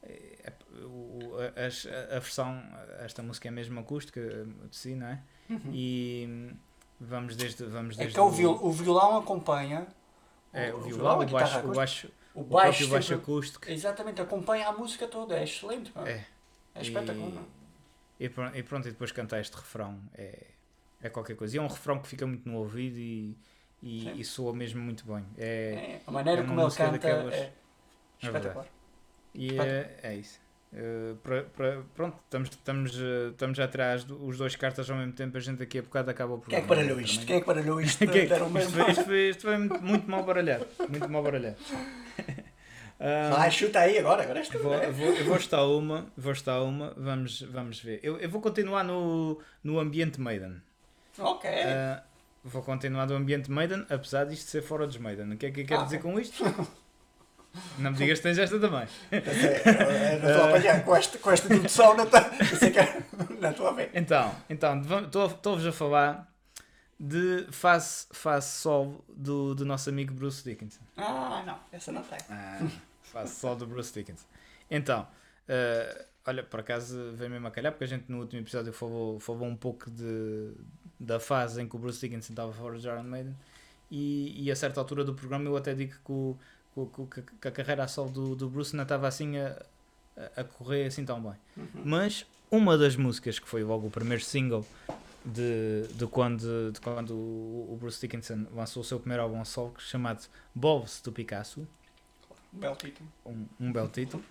A versão, esta música é mesmo acústica de si, não é? E vamos desde é que o violão acompanha o violão, o baixo acústico. Exatamente, acompanha a música toda, é excelente. É espetacular. E pronto, e depois cantar este refrão é qualquer coisa. E é um refrão que fica muito no ouvido e soa mesmo muito bem. A maneira como ele canta é espetacular. E é isso. Pronto, estamos atrás os dois cartas ao mesmo tempo. A gente daqui a bocado acaba o programa. Quem é que baralhou isto? Isto foi muito mal baralhado. Muito mal baralhado. Vai, chuta aí agora és tu. Eu vou estar uma. Vamos ver. Eu vou continuar no ambiente Maiden. Ok. Vou continuar no ambiente Maiden, apesar disto ser fora dos Maiden. O que é que eu quero dizer com isto? Não me digas que tens esta também. Não estou a apanhar com esta introdução, não estou a ver. Então estou-vos a falar de Faz Sol do nosso amigo Bruce Dickinson. Não, essa não tem. Faz Sol do Bruce Dickinson. Então, olha, por acaso veio mesmo a calhar, porque a gente no último episódio falou um pouco da fase em que o Bruce Dickinson estava fora de Iron Maiden e a certa altura do programa eu até digo que a carreira a solo do Bruce não estava assim a correr assim tão bem. Mas uma das músicas que foi logo o primeiro single de quando o Bruce Dickinson lançou o seu primeiro álbum a solo, chamado Balls do Picasso. Um belo título. Um belo título.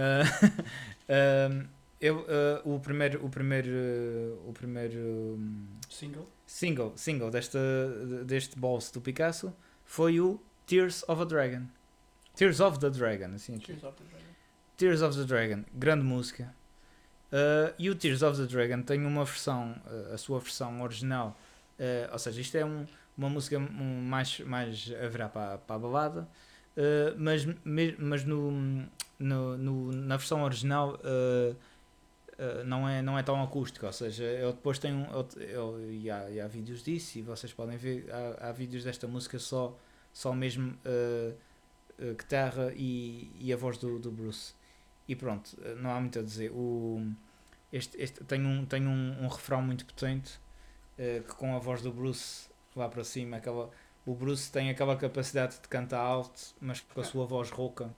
O primeiro single deste Balls do Picasso foi o Tears of the Dragon, assim aqui. Tears of the Dragon, grande música. E o Tears of the Dragon tem uma versão, a sua versão original, ou seja, isto é uma música mais a virar para a balada, mas na versão original não é tão acústica, ou seja, ele depois tem e há vídeos disso e vocês podem ver, há vídeos desta música só mesmo guitarra e a voz do Bruce. E pronto, não há muito a dizer. Tem um refrão muito potente, que com a voz do Bruce lá para cima, o Bruce tem aquela capacidade de cantar alto, mas com a sua voz rouca.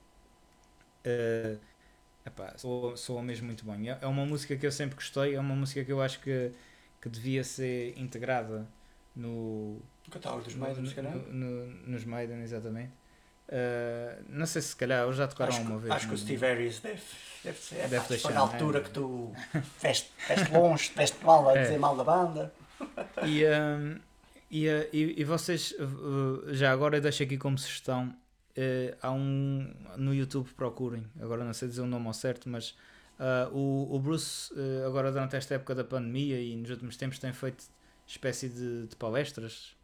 Soa mesmo muito bem. É uma música que eu sempre gostei, é uma música que eu acho que devia ser integrada no catálogo dos Maiden, nos Maiden, exatamente. Não sei se calhar já tocaram uma vez. Acho que o Steve Harris deve deixar, foi na altura que tu veste longe, veste mal a dizer mal da banda. E vocês, já agora eu deixo aqui como sugestão, há no YouTube, procurem, agora não sei dizer o nome ao certo, mas o Bruce, agora durante esta época da pandemia e nos últimos tempos, tem feito espécie de palestras.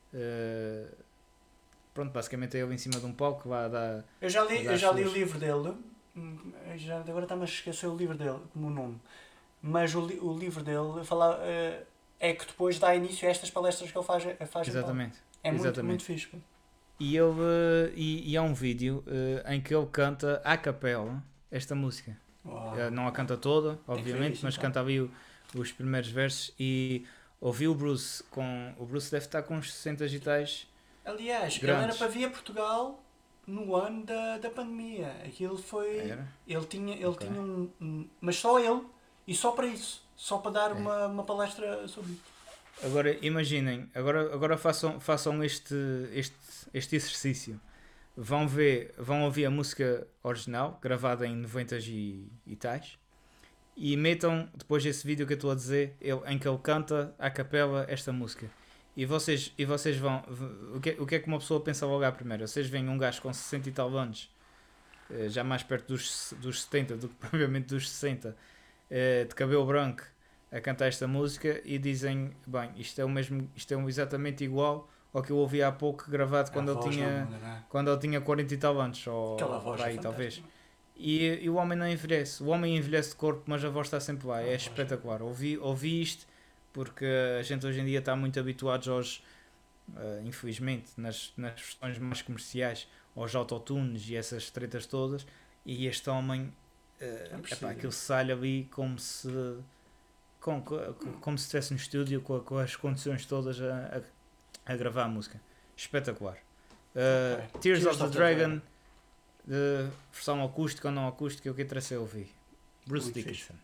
Pronto, basicamente é ele em cima de um palco que vai dar. Eu já li o livro dele, agora está-me a esquecer o livro dele, como o nome, mas o livro dele fala, é que depois dá início a estas palestras que ele faz. Exatamente. É muito fixe. E há um vídeo em que ele canta à capela esta música. Não a canta toda, obviamente, mas canta ali os primeiros versos. E ouvi o Bruce deve estar com uns 60 e tais. Aliás, grandes. Ele era para vir a Portugal no ano da pandemia. Aquilo foi. Era? Ele tinha mas só ele, e só para isso, só para dar uma palestra sobre isso. Agora imaginem, agora façam este exercício. Vão ouvir a música original, gravada em 90 e tais, e metam depois esse vídeo que eu estou a dizer, em que ele canta à capela esta música. E vocês vão. O que é que uma pessoa pensa logo à primeira? Vocês veem um gajo com 60 e tal anos, já mais perto dos 70 do que provavelmente dos 60, de cabelo branco, a cantar esta música e dizem: bem, isto é exatamente igual ao que eu ouvi há pouco gravado quando ele tinha 40 e tal anos, ou por aí, talvez. E o homem não envelhece. O homem envelhece de corpo, mas a voz está sempre lá. É espetacular. Ouvi isto. Porque a gente hoje em dia está muito habituados infelizmente, nas versões mais comerciais, aos autotunes e essas tretas todas, e este homem, aquilo sai ali como se estivesse no estúdio com as condições todas a gravar a música. Espetacular. Tears of the Dragon, versão acústica ou não acústica, o que interessa é ouvir. Bruce Dickinson.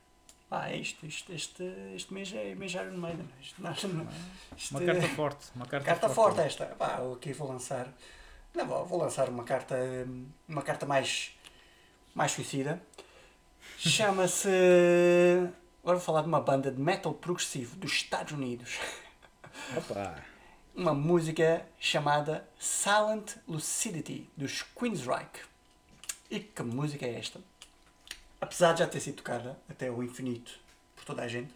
Este mês é mês Iron Maiden. Uma carta forte. Uma carta forte esta. Eu aqui vou lançar. Vou lançar uma carta mais suicida. Chama-se. Agora vou falar de uma banda de metal progressivo dos Estados Unidos. Opa. Uma música chamada Silent Lucidity, dos Queensryche. E que música é esta? Apesar de já ter sido tocada até ao infinito por toda a gente,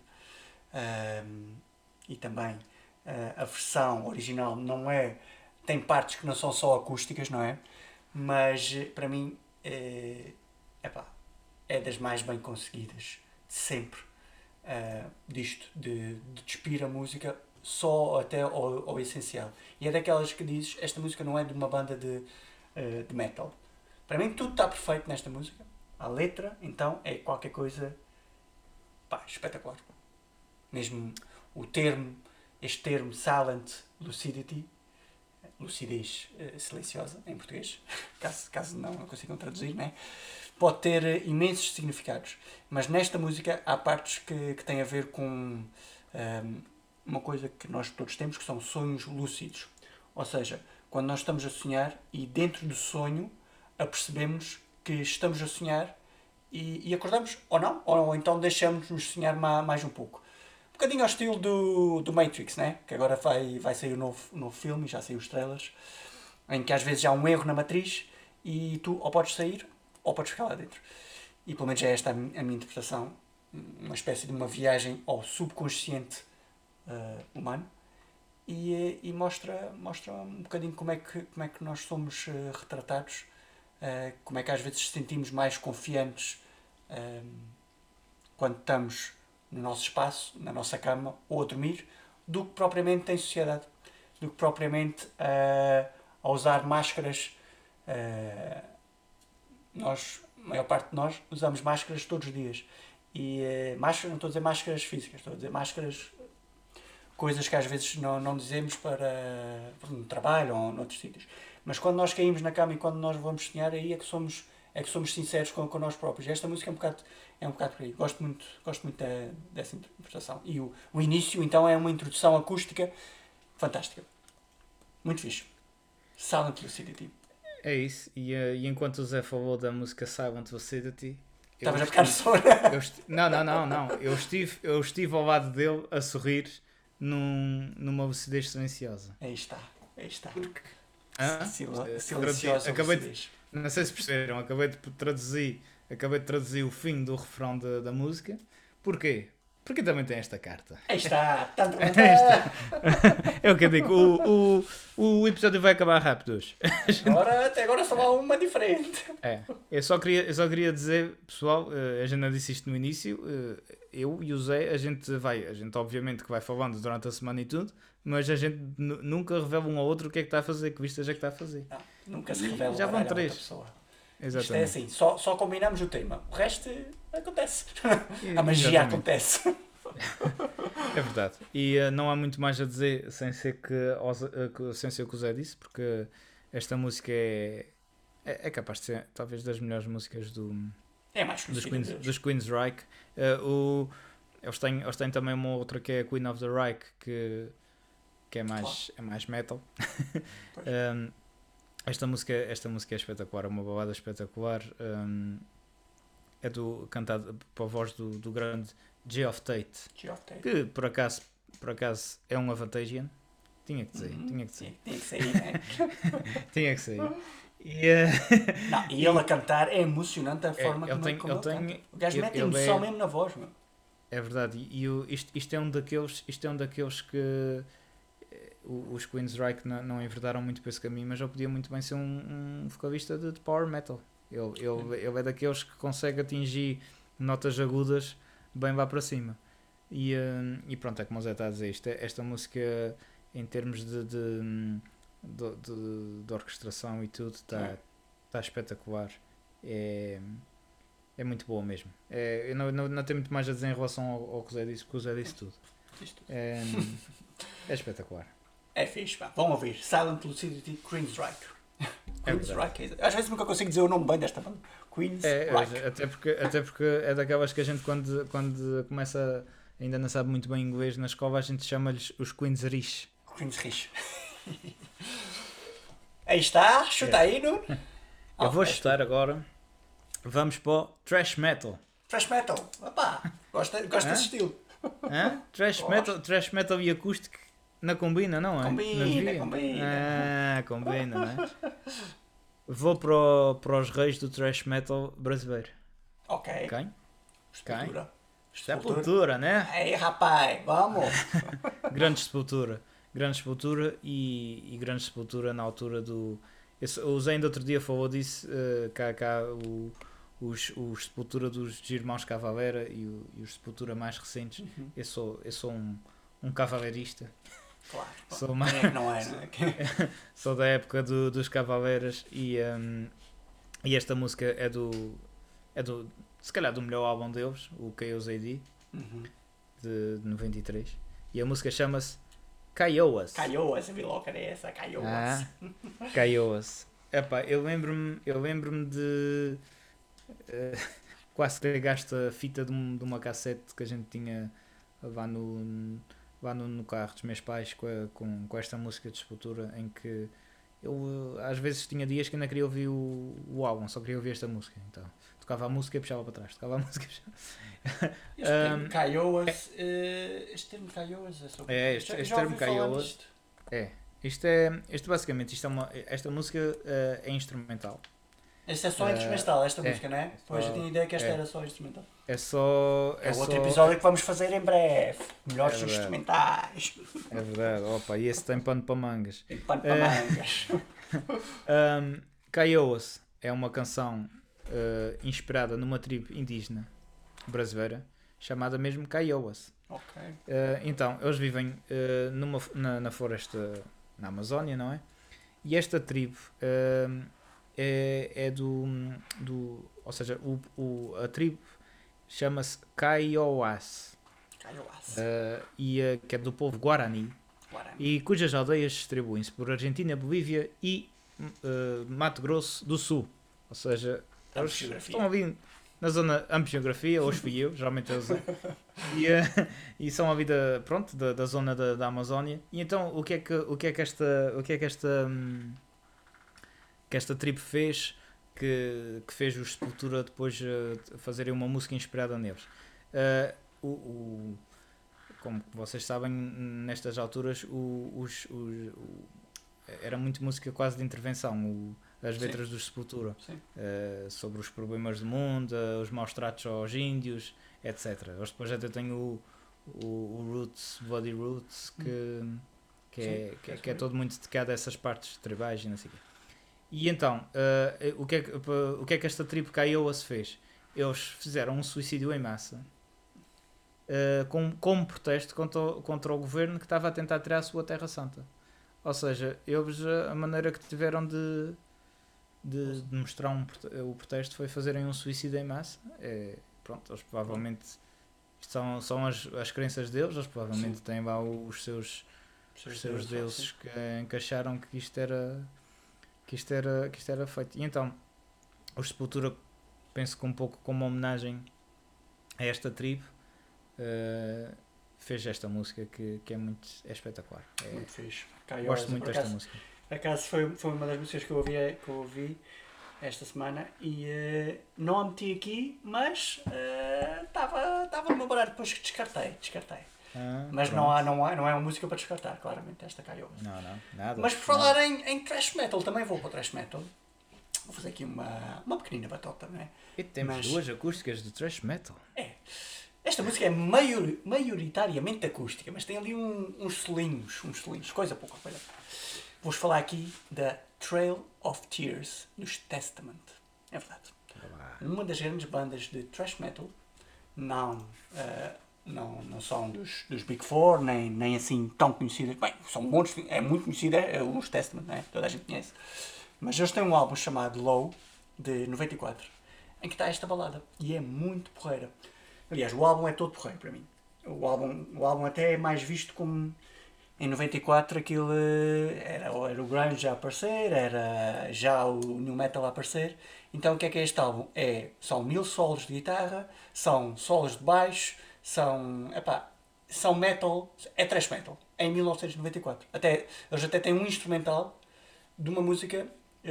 e também a versão original tem partes que não são só acústicas, não é? Mas para mim é das mais bem conseguidas de sempre, disto, de despir a música só até ao essencial. E é daquelas que dizes, esta música não é de uma banda de metal. Para mim tudo está perfeito nesta música. A letra, então, é qualquer coisa espetacular. Mesmo este termo Silent Lucidity, lucidez silenciosa, em português, caso não consigam traduzir, né? Pode ter imensos significados. Mas nesta música há partes que têm a ver com uma coisa que nós todos temos, que são sonhos lúcidos. Ou seja, quando nós estamos a sonhar e dentro do sonho apercebemos que estamos a sonhar e acordamos, ou não, ou então deixamos-nos sonhar mais um pouco. Um bocadinho ao estilo do Matrix, né? Que agora vai sair o novo filme, já saiu os trailers, em que às vezes há um erro na matriz e tu ou podes sair ou podes ficar lá dentro. E pelo menos é esta a minha interpretação, uma espécie de uma viagem ao subconsciente humano e mostra um bocadinho como é que nós somos retratados. Como é que às vezes sentimos mais confiantes quando estamos no nosso espaço, na nossa cama ou a dormir, do que propriamente em sociedade, do que propriamente a usar máscaras. Nós a maior parte de nós usamos máscaras todos os dias. E máscaras, não estou a dizer máscaras físicas, estou a dizer máscaras, coisas que às vezes não dizemos para no trabalho ou noutros sítios. Mas quando nós caímos na cama e quando nós vamos sonhar, aí é que somos sinceros com nós próprios. E esta música é um bocado por aí. Gosto muito dessa interpretação. E o início, então, é uma introdução acústica fantástica. Muito fixe. Silent Lucidity. É isso. E enquanto o Zé falou da música Silent Lucidity... Estavas a ficar sono. Não. Eu estive ao lado dele a sorrir numa lucidez silenciosa. Aí está. Silenciosa. Não sei se perceberam, acabei de traduzir o fim do refrão da música. Porquê? Porque também tem esta carta. Aí está. É o que eu digo. O episódio vai acabar rápido hoje. Até agora só há uma diferente. Eu só queria dizer, pessoal, a gente não disse isto no início, eu e o Zé, a gente obviamente que vai falando durante a semana e tudo, mas a gente nunca revela um ao outro o que é que está a fazer, que vistas é que está a fazer. Não, nunca se revela. Já vão 3. Pessoa. Exatamente. Isto é assim, só combinamos o tema. O resto acontece. A magia acontece. É verdade. E não há muito mais a dizer sem ser que o Zé disse, porque esta música é capaz de ser talvez das melhores músicas dos Queensryche. Eles têm também uma outra que é a Queen of the Reich, que é mais metal. Esta música é espetacular, é uma balada espetacular. É cantada para a voz do grande Geoff Tate, que por acaso é um Avantagian. Tinha que sair. Tinha que sair, né? Tinha que sair. E ele a cantar é emocionante a forma como ele canta. O gajo mete emoção mesmo na voz, meu. É verdade. E isto é um daqueles que os Queensryche não enverdaram muito para esse caminho, mas ele podia muito bem ser um vocalista de power metal. Ele é daqueles que consegue atingir notas agudas bem lá para cima. E pronto, é como o Zé está a dizer, esta música em termos de orquestração e tudo está espetacular. É muito boa mesmo. Eu não tenho muito mais a dizer em relação ao que o Zé disse, porque o Zé disse tudo. É espetacular. É fixe, pá. Vão ouvir. Silent Lucidity Queensryche. Queensryche. Às vezes nunca consigo dizer o nome bem desta banda. Queensryche. Até porque é daquelas que a gente quando começa, ainda não sabe muito bem inglês na escola, a gente chama-lhes os Queensryche. Queensryche. Aí está. Chuta aí, Nuno. Eu vou chutar agora. Vamos para o Thrash Metal. Thrash Metal. Opá. Gosto desse estilo. Thrash Metal e acústico não combina, não é? Combina. Combina, não é? Vou para os reis do Thrash Metal brasileiro. Ok. Quem? Sepultura, né? Aí, rapaz, vamos. Grande Sepultura e grande Sepultura na altura do... O Zé ainda outro dia falou disso, os Sepultura dos irmãos Cavalera e os Sepultura mais recentes. Eu sou um cavalerista. Claro. Sou Sou da época dos Cavaleiras e esta música é do se calhar do melhor álbum deles, o Chaos AD, de 93, e a música chama-se Kiowas. Kiowas, eu vi logo que era essa, Kiowas. Kiowas. Epá, eu lembro-me de quase ter gasto a fita de uma cassete que a gente tinha lá no carro dos meus pais com esta música de Sepultura, em que eu às vezes tinha dias que ainda queria ouvir o álbum, só queria ouvir esta música, então tocava a música e puxava para trás, Este termo Kiowas, este termo Kiowas é sobre... este termo Kiowas isto basicamente, esta música é instrumental. Esta é só instrumental, esta música, não é? Pois eu tinha a ideia que esta era só instrumental. É outro episódio que vamos fazer em breve. Melhores instrumentais. É verdade. Opa, e esse tem pano para mangas. Tem pano para mangas. Kiowas é uma canção inspirada numa tribo indígena brasileira chamada mesmo Kiowas. Ok. Então, eles vivem na floresta na Amazónia, não é? E esta tribo é ou seja, a tribo chama-se Kaiowás, que é do povo Guarani, e cujas aldeias distribuem-se por Argentina, Bolívia e Mato Grosso do Sul. Ou seja, eles estão ali na zona ampla geografia, hoje fui eu, geralmente eu usei, e são ali da zona da Amazónia. E então o que é que esta tribo fez que fez os Sepultura depois fazerem uma música inspirada neles? Como vocês sabem, nestas alturas era muito música quase de intervenção, as letras dos Sepultura, sobre os problemas do mundo, os maus tratos aos índios, etc. Eles depois até têm o Roots, Bloody Roots, que é todo muito dedicado a essas partes tribais e não sei o quê. E então, o que é que esta tribo Kaiowá se fez? Eles fizeram um suicídio em massa, como protesto contra o governo que estava a tentar tirar a sua Terra Santa. Ou seja, eles, a maneira que tiveram de mostrar o protesto foi fazerem um suicídio em massa. Pronto, eles provavelmente são as crenças deles, eles provavelmente têm lá os seus deuses que acharam que isto era feito. E então, os Sepultura, penso que um pouco como homenagem a esta tribo, fez esta música que é espetacular. Muito fixe. Gosto muito desta música. Por acaso foi uma das músicas que eu ouvi esta semana e não a meti aqui, mas estava no meu baralho, depois que descartei. Mas não é uma música para descartar, claramente, esta Kaiowá. Não, nada. Mas por falar em thrash metal, também vou para o thrash metal. Vou fazer aqui uma pequenina batota, não é? E temos duas acústicas de thrash metal. Esta música é maioritariamente acústica, mas tem ali uns solinhos, coisa pouca. Vou-vos falar aqui da Trail of Tears, dos Testament. É verdade. Uma das grandes bandas de thrash metal, não são dos Big Four, nem assim tão conhecidas. Bem, são bons, é muito conhecida, os Testament, não é? Toda a gente conhece. Mas eles têm um álbum chamado Low, de 94, em que está esta balada. E é muito porreira. Aliás, o álbum é todo porreiro para mim. O álbum até é mais visto como... Em 94 aquilo era o grunge a aparecer, era já o new metal a aparecer. Então o que é este álbum? São 1000 solos de guitarra, são solos de baixo, são metal, é thrash metal, em 1994. Eles até têm um instrumental de uma música,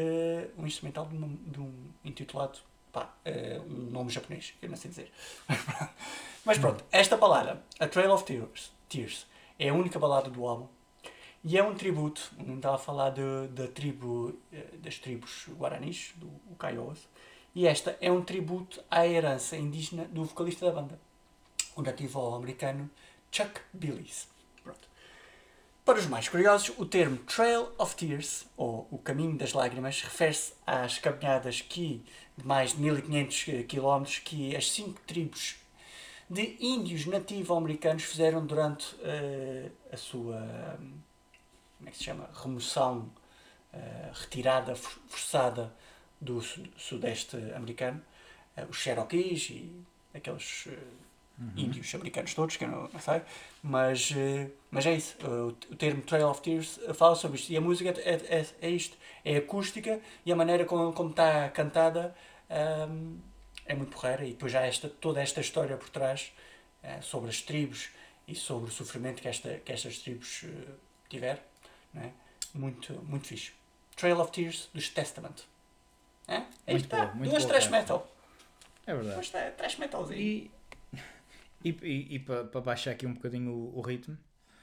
de um intitulado, um nome japonês, que eu não sei dizer. Mas pronto, esta balada, a Trail of Tears, é a única balada do álbum e é um tributo, não estava a falar das tribos guaranis, do Kaiowá, e esta é um tributo à herança indígena do vocalista da banda, o nativo americano Chuck Billis. Pronto. Para os mais curiosos, o termo Trail of Tears, ou o caminho das lágrimas, refere-se às caminhadas de mais de 1500 km que as 5 tribos de índios nativo-americanos fizeram durante a sua, como é que se chama, remoção, retirada forçada do sudeste americano, os Cherokees e aqueles índios americanos todos, que eu não sei, mas é isso, o termo Trail of Tears fala sobre isto, e a música é isto, é acústica, e a maneira como está cantada é muito porreira, e depois já toda esta história por trás sobre as tribos e sobre o sofrimento que estas tribos tiveram, não é? Muito, muito fixe. Trail of Tears dos Testament. É isto, duas thrash metal. É verdade. Duas thrash metalzinho. E para baixar aqui um bocadinho o ritmo,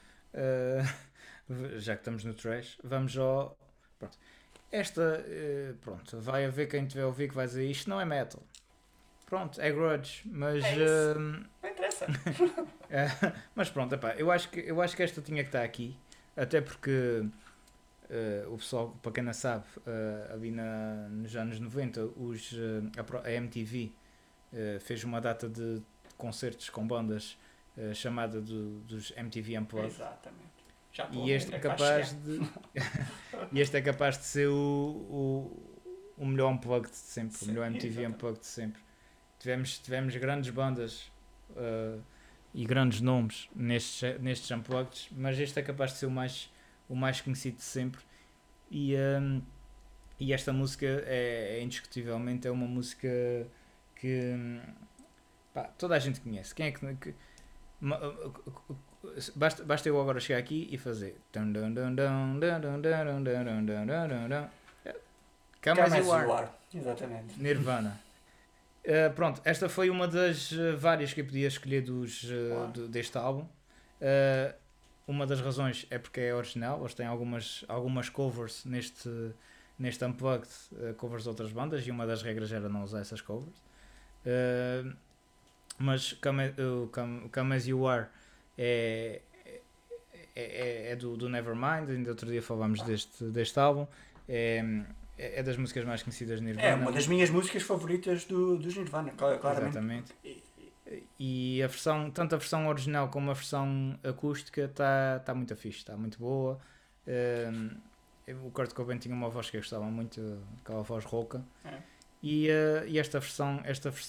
já que estamos no trash, vamos ao... Pronto. Vai haver quem tiver a ouvir que vai dizer isto não é metal. Pronto, é grudge, mas... Não interessa. Mas pronto, eu acho que esta tinha que estar aqui, até porque o pessoal, para quem não sabe, ali nos anos 90, a MTV fez uma data de concertos com bandas chamada dos MTV Unplugged. Exatamente. E este é capaz de... e este é capaz de ser o o melhor unplugged de sempre, Sim, o melhor MTV exatamente. unplugged de sempre. Tivemos grandes bandas e grandes nomes nestes unplugged, mas este é capaz de ser o mais conhecido de sempre. E esta música é indiscutivelmente uma música que toda a gente conhece. Quem é que basta eu agora chegar aqui e fazer Come As You Are, Exatamente. Nirvana. Pronto, esta foi uma das várias que eu podia escolher deste álbum. Uma das razões é porque é original. Eles têm algumas covers neste Unplugged, covers de outras bandas, e uma das regras era não usar essas covers. Mas Come As You Are é do Nevermind. Ainda outro dia falámos deste álbum. É das músicas mais conhecidas de Nirvana. É uma das minhas músicas favoritas dos Nirvana, claramente. Exatamente. E tanto a versão original como a versão acústica está muito fixe, está muito boa. O Kurt Cobain tinha uma voz que eu gostava muito, aquela voz rouca. E esta versão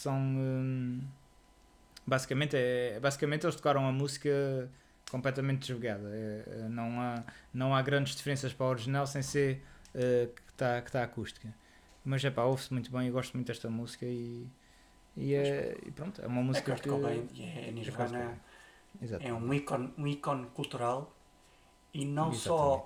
basicamente eles tocaram a música completamente desjogada. Não há grandes diferenças para a original sem ser que está acústica. Mas ouve-se muito bem, eu gosto muito desta música e pronto, é uma música Kurt Cobain e Nirvana é um ícone cultural, e não só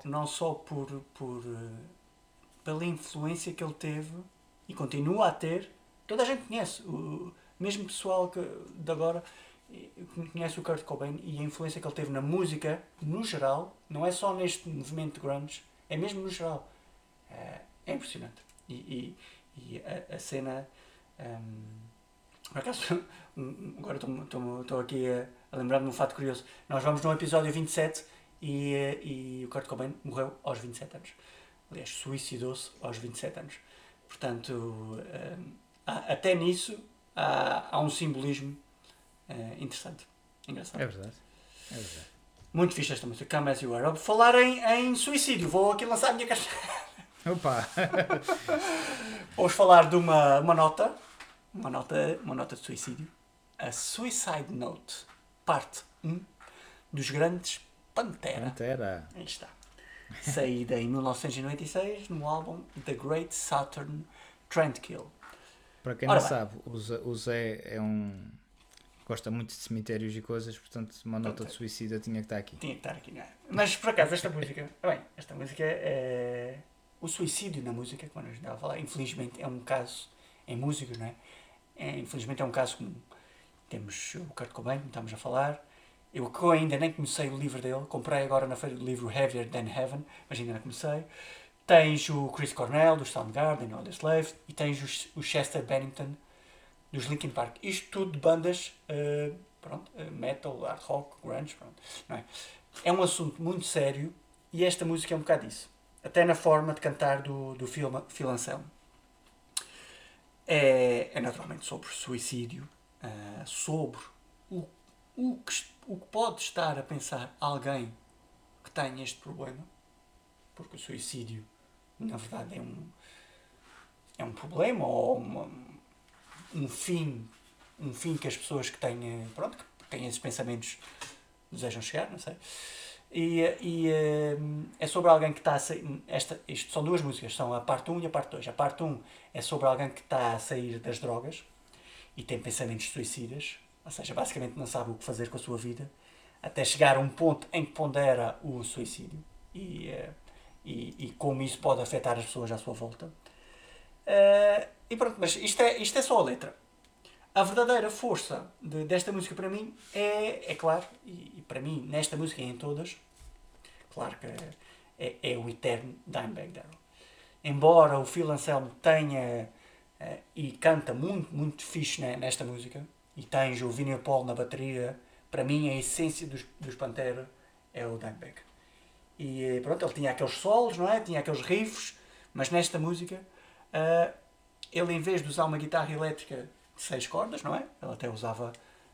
pela influência que ele teve e continua a ter. Toda a gente conhece, mesmo pessoal de agora conhece o Kurt Cobain e a influência que ele teve na música no geral, não é só neste movimento de grunge, é mesmo no geral. É impressionante. E a cena, por acaso, agora estou aqui a lembrar-me de um fato curioso. Nós vamos no episódio 27 e o Kurt Cobain morreu aos 27 anos. Aliás, suicidou-se aos 27 anos. Portanto, até nisso há um simbolismo interessante, engraçado. É verdade. Muito fixe esta música, Come As You Are. Falar em suicídio, vou aqui lançar a minha caixa. Opa! Vamos falar de uma nota de suicídio. A Suicide Note, parte 1, dos grandes Pantera. Aí está. Saída em 1996 no álbum The Great Southern Trendkill. Para quem não sabe, o Zé gosta muito de cemitérios e coisas, portanto uma nota de suicida tinha que estar aqui. Tinha que estar aqui, não é? Mas por acaso esta música é... O suicídio na música, como a gente estava a falar, infelizmente é um caso em música, não é? Infelizmente é um caso comum. Temos o Kurt Cobain, como estamos a falar. Eu ainda nem comecei o livro dele, comprei agora na feira do livro Heavier Than Heaven, mas ainda não comecei. Tens o Chris Cornell, do Soundgarden, ou The Slave, e tens o Chester Bennington, dos Linkin Park. Isto tudo de bandas metal, hard rock, grunge, não é? É um assunto muito sério e esta música é um bocado disso. Até na forma de cantar do Phil Anselmo. É naturalmente sobre suicídio, sobre o que pode estar a pensar alguém que tem este problema, porque o suicídio, na verdade, é um problema ou um fim que as pessoas que têm esses pensamentos desejam chegar, não sei. E é sobre alguém que está a sair. Isto são duas músicas, são a parte 1 e a parte 2. A parte 1 é sobre alguém que está a sair das drogas e tem pensamentos suicidas, ou seja, basicamente não sabe o que fazer com a sua vida, até chegar a um ponto em que pondera o suicídio e como isso pode afetar as pessoas à sua volta. E pronto, mas isto é só a letra. A verdadeira força desta música para mim é claro, e para mim nesta música e em todas, claro que é o eterno Dimebag Darrell. Embora o Phil Anselmo tenha e canta muito, muito fixe nesta música, e tens o Vinnie Paul na bateria, para mim a essência dos Pantera é o Dimebag. E pronto, ele tinha aqueles solos, não é? Tinha aqueles riffs, mas nesta música ele, em vez de usar uma guitarra elétrica de 6 cordas, não é? Ele até usava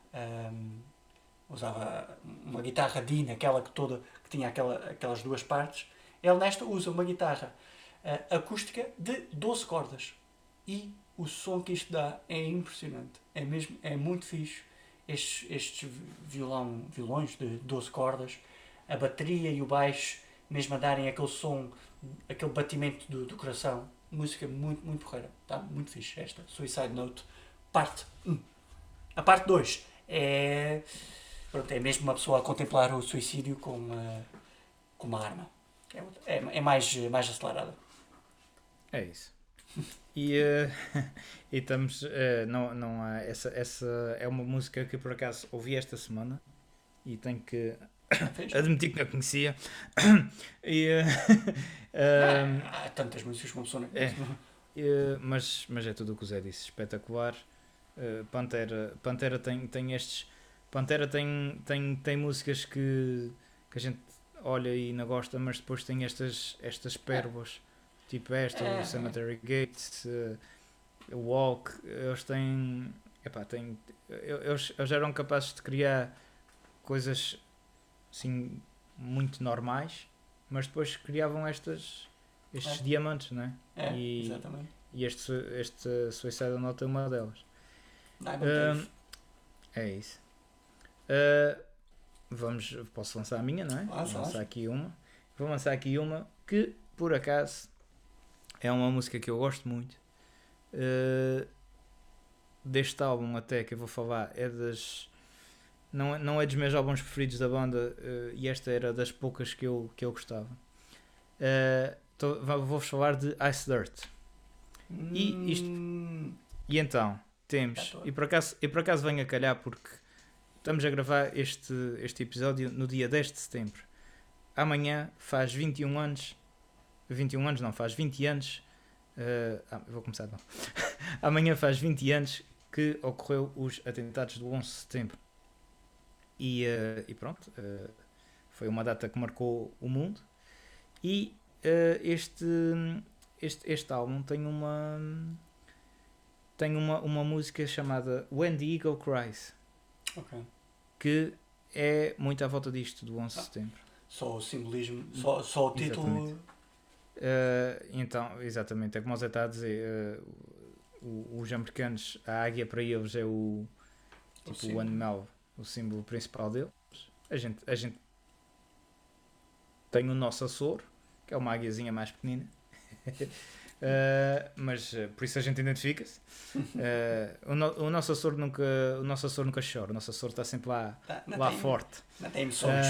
uma guitarra DIN, aquela que tinha aquelas duas partes. Ele nesta usa uma guitarra acústica de 12 cordas. e o som que isto dá é impressionante. É mesmo, é muito fixe. Estes violões de 12 cordas, a bateria e o baixo, mesmo a darem aquele som, aquele batimento do coração. Música muito, muito porreira. Está muito fixe esta. Suicide Note, parte 1. A parte 2 é... Pronto, é mesmo uma pessoa a contemplar o suicídio com uma arma. É mais acelerada. É isso. E, e estamos. Não há. Essa é uma música que por acaso ouvi esta semana e tenho que admitir que não conhecia. E, há tantas músicas como som. mas é tudo o que o Zé disse. Espetacular. Pantera tem estes. Pantera tem músicas que a gente olha e não gosta, mas depois tem estas pérolas. Tipo esta, o Cemetery Gates, o Walk, eles têm. Eles eram capazes de criar coisas assim muito normais, mas depois criavam estes diamantes, não é? Exatamente. E este Suicide Note é uma delas. É isso. Posso lançar a minha, não é? Vou lançar aqui uma que, por acaso, é uma música que eu gosto muito. Deste álbum até que eu vou falar não é dos meus álbuns preferidos da banda, e esta era das poucas que eu gostava. Vou-vos falar de Ice Dirt. E então temos, e por acaso venho a calhar porque estamos a gravar este episódio no dia 10 de setembro. Amanhã faz 21 anos. 21 anos não, faz 20 anos. Vou começar não. Amanhã faz 20 anos que ocorreu os atentados do 11 de setembro. E pronto, foi uma data que marcou o mundo. E este álbum tem uma música chamada When the Eagle Cries. Okay. Que é muito à volta disto, do 11 de setembro. Só o simbolismo, só o título. Então, exatamente, é como você está a dizer, os americanos, a águia para eles é o animal, o símbolo principal deles. A gente tem o nosso Açor, que é uma águiazinha mais pequenina. Mas por isso a gente identifica-se. O nosso Açor nunca chora, o nosso Açor está sempre lá forte. Não tem emoções.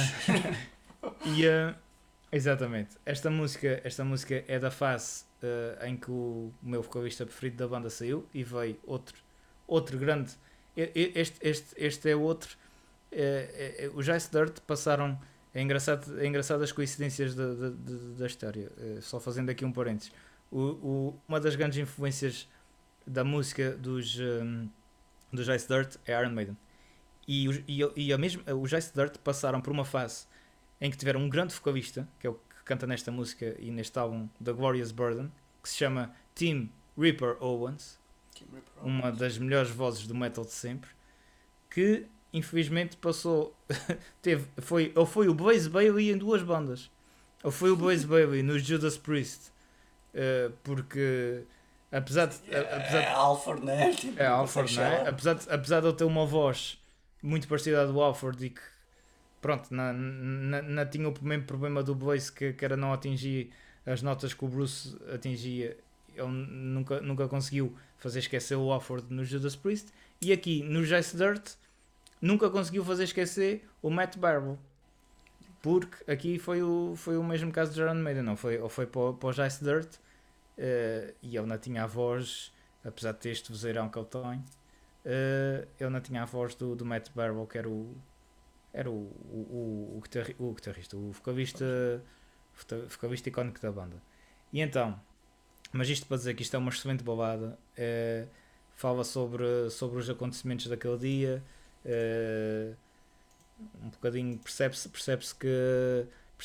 Exatamente. Esta música é da fase em que o meu vocalista preferido da banda saiu e veio outro grande. Este é outro. Os Ice Dirt passaram. É engraçado as coincidências da história. Só fazendo aqui um parênteses. Uma das grandes influências da música dos Ice Dirt é Iron Maiden. E os Ice Dirt passaram por uma fase em que tiveram um grande vocalista, que é o que canta nesta música e neste álbum, The Glorious Burden, que se chama Tim Ripper Owens, uma das melhores vozes do metal de sempre, que infelizmente passou, foi o Blaze Bayley em duas bandas, ou foi o Blaze Bayley nos Judas Priest, porque apesar de Halford, né? É Halford, não é? Apesar de ele ter uma voz muito parecida à do Halford e que pronto, não tinha o mesmo problema do Blaze, que era não atingir as notas que o Bruce atingia. Ele nunca conseguiu fazer esquecer o Halford no Judas Priest, e aqui no Ice Dirt nunca conseguiu fazer esquecer o Matt Barbel, porque aqui foi o mesmo caso de Iron Maiden, não foi? Ou foi para o Ice Dirt, e ele não tinha a voz, apesar de ter este vozeirão que ele tem, ele não tinha a voz do Matt Barbel, que era o guitarrista, o vocalista icónico da banda. E então, mas isto para dizer que isto é uma excelente balada, fala sobre os acontecimentos daquele dia, um bocadinho percebe-se que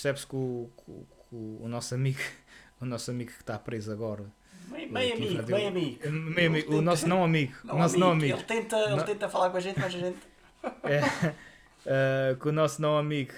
o nosso amigo que está preso agora, bem amigo, o nosso não amigo, ele tenta falar com a gente, mas a gente que o nosso não amigo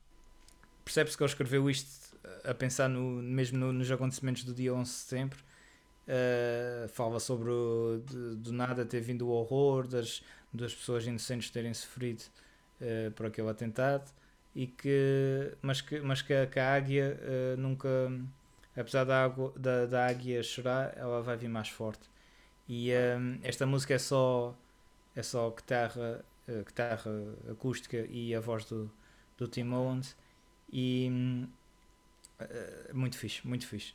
percebe-se que ele escreveu isto a pensar mesmo nos acontecimentos do dia 11 de setembro, fala sobre do nada ter vindo o horror das pessoas inocentes terem sofrido por aquele atentado, mas que a águia nunca, apesar da águia chorar, ela vai vir mais forte. E esta música é só guitarra acústica e a voz do Tim Owens, e muito fixe, muito fixe.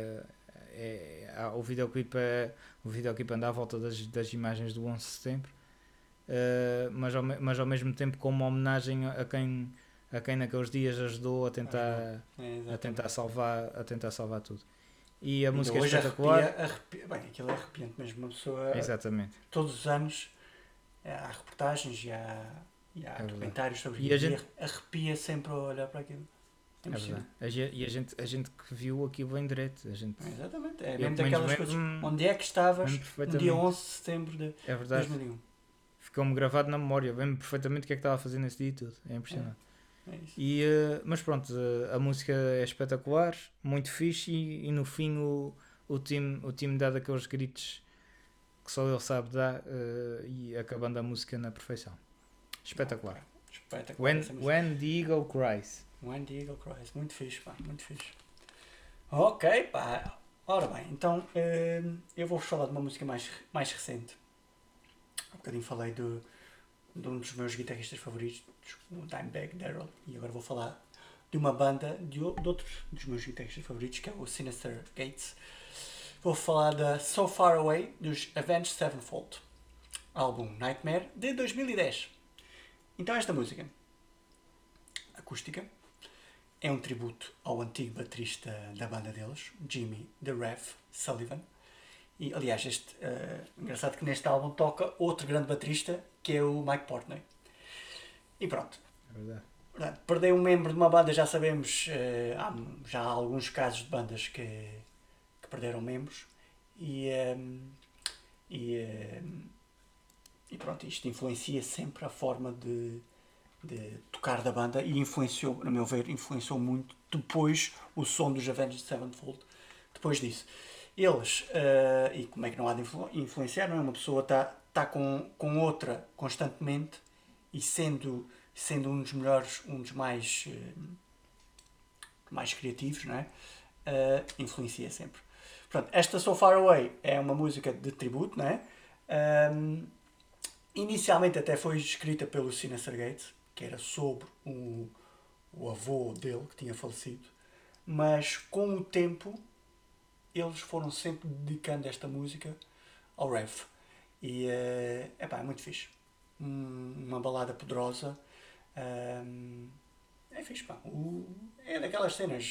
O videoclipe anda à volta das imagens do 11 de setembro, mas ao mesmo tempo como uma homenagem a quem naqueles dias ajudou a tentar salvar tudo. E a música é espetacular. Bem, aquilo é arrepiante mesmo, uma pessoa. Exatamente. Todos os anos há reportagens e há documentários sobre isso. E arrepia sempre a olhar para aquilo. É verdade. E a gente que viu aquilo em direto. Exatamente. É mesmo daquelas coisas. Onde é que estavas no dia 11 de setembro de 2001? Ficou-me gravado na memória. Lembro perfeitamente o que é que estava a fazer nesse dia e tudo. É impressionante. É isso. Mas pronto, a música é espetacular, muito fixe, e no fim o time dá daqueles gritos que só ele sabe dar, e acabando a música na perfeição. Espetacular. When the Eagle Cries. When the Eagle Cries. Muito fixe, pá, muito fixe. Ok, pá. Ora bem, então eu vou-vos falar de uma música mais recente. Há um bocadinho falei de um dos meus guitarristas favoritos, o Dimebag Darrell, e agora vou falar de uma banda de outro dos meus guitarristas favoritos, que é o Sinister Gates. Vou falar da So Far Away, dos Avenged Sevenfold, álbum Nightmare, de 2010. Então esta música, acústica, é um tributo ao antigo baterista da banda deles, Jimmy The Rev Sullivan. E, aliás, engraçado que neste álbum toca outro grande baterista, que é o Mike Portnoy. E pronto. É verdade. Perder um membro de uma banda, já sabemos, já há alguns casos de bandas que perderam membros. E pronto, isto influencia sempre a forma de tocar da banda, e influenciou, a meu ver, muito depois o som dos Avenged Sevenfold, depois disso. Eles, e como é que não há de influenciar, não é? Uma pessoa está com outra constantemente, e sendo um dos melhores, um dos mais criativos, não é? Influencia sempre. Portanto, esta So Far Away é uma música de tributo, não é? Inicialmente até foi escrita pelo Sinister Gates, que era sobre o avô dele, que tinha falecido, mas com o tempo eles foram sempre dedicando esta música ao Rev. E é muito fixe. Uma balada poderosa. É fixe, pá. É daquelas cenas.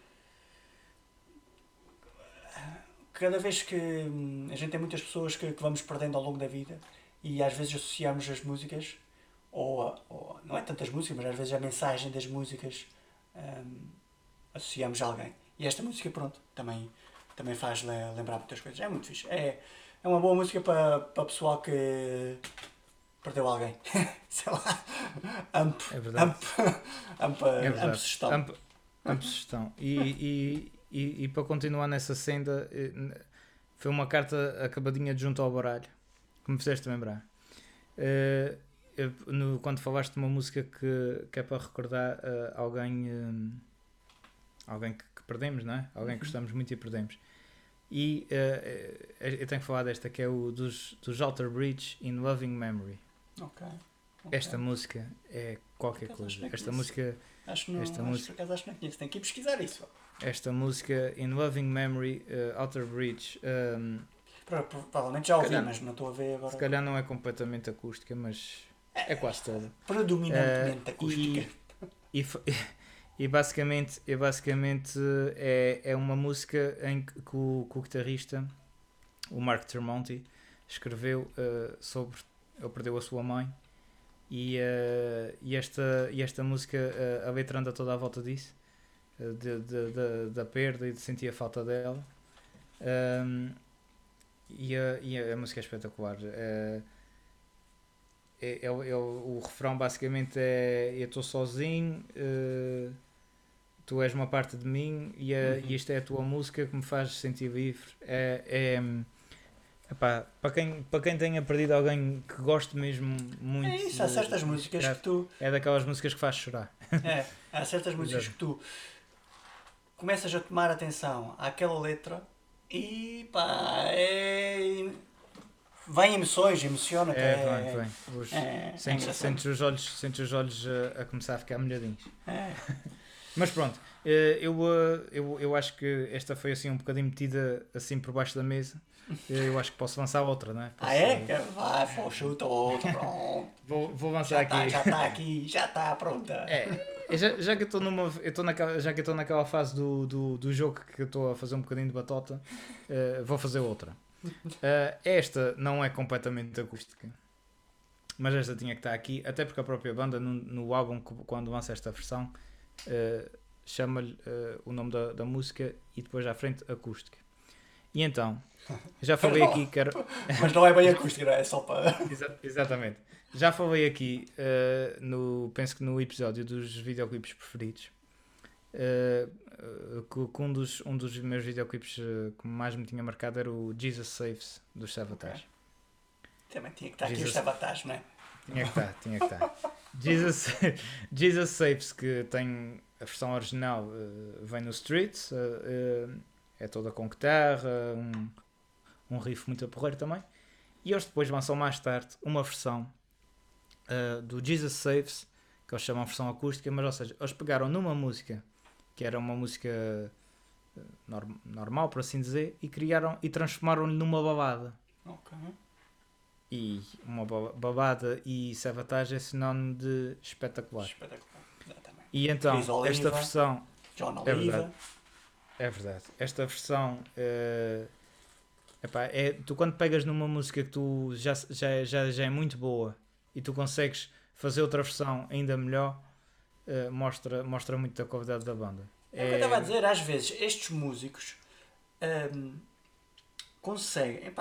Cada vez que a gente tem muitas pessoas que vamos perdendo ao longo da vida, e às vezes associamos as músicas, ou não é tantas músicas, mas às vezes a mensagem das músicas associamos a alguém. E esta música, pronto, também faz lembrar muitas coisas. É muito fixe. É uma boa música para pessoal que perdeu alguém. Sei lá. É verdade. Amp sugestão. Amp sugestão. E para continuar nessa senda, foi uma carta acabadinha de junto ao baralho, que me fizeste lembrar. Quando falaste de uma música que é para recordar alguém que perdemos, não é? Alguém que gostamos muito e perdemos. E eu tenho que falar desta, que é o dos Alter Bridge, In Loving Memory. Ok. Esta música é qualquer coisa. Esta música... Acho que não conheço. Tenho que ir pesquisar isso. Esta música, In Loving Memory, Alter Bridge... provavelmente já ouvi, mas não estou a ver agora. Se calhar não é completamente acústica, mas é quase toda. Predominantemente acústica. E basicamente é uma música em que o guitarrista, o Mark Tremonti, escreveu sobre... Ele perdeu a sua mãe, e esta música, a letra anda toda à volta disso, da perda e de sentir a falta dela. E a música é espetacular. O refrão basicamente é: eu estou sozinho, tu és uma parte de mim e isto é a tua música que me faz sentir livre. Epá, para quem tenha perdido alguém que goste mesmo muito. É isso, há certas músicas que tu. É daquelas músicas que faz chorar. Há certas músicas que tu começas a tomar atenção àquela letra e pá, vem emoções, emociona-te. Vem. Sentes os olhos a começar a ficar molhadinhos. Mas pronto, eu acho que esta foi assim um bocadinho metida assim por baixo da mesa. Eu acho que posso lançar outra, não é? Vai, chuta outra, pronto. Vou lançar aqui. Já está pronta. Já que eu estou naquela fase do jogo que eu estou a fazer um bocadinho de batota, vou fazer outra. Esta não é completamente acústica, mas esta tinha que estar aqui, até porque a própria banda no álbum, quando lança esta versão, chama-lhe o nome da música e depois à frente acústica. E então, já falei aqui que era... Mas não é bem acústica, não é só para... Exatamente. Já falei aqui, penso que no episódio dos videoclipes preferidos, que um dos meus videoclipes que mais me tinha marcado era o Jesus Saves, dos Savatage. Okay. Também tinha que estar aqui os Savatage, não é? Tinha que estar. Jesus Saves, que tem a versão original, vem no Streets, é toda com guitarra, um riff muito porreiro também. E eles depois lançam mais tarde uma versão do Jesus Saves, que eles chamam versão acústica, mas ou seja, eles pegaram numa música que era uma música normal, por assim dizer, e transformaram-lhe numa balada. Ok. E uma balada e Savatage é sinónimo de espetacular. Exatamente. E então, esta versão... John Oliva. É verdade. Esta versão... tu quando pegas numa música que tu já é muito boa e tu consegues fazer outra versão ainda melhor, mostra muito da qualidade da banda. É o que eu estava a dizer, às vezes estes músicos conseguem,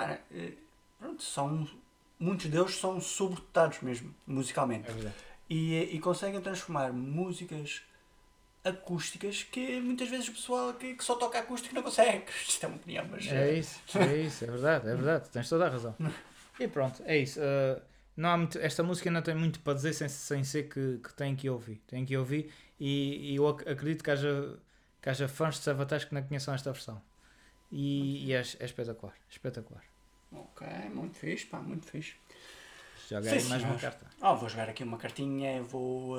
muitos deles são sobredotados mesmo, musicalmente. É verdade. E conseguem transformar músicas acústicas que muitas vezes o pessoal que só toca acústico não consegue. Isto é uma opinião, mas... É isso, é verdade, tens toda a razão. E pronto, é isso. Não há muito, esta música não tem muito para dizer sem ser que tem que ouvir. Tem que ouvir e eu acredito que haja fãs de Savatage que não conheçam esta versão. E é espetacular. Ok, muito fixe, pá, muito fixe. Joga aí mais uma carta. Vou jogar aqui uma cartinha, vou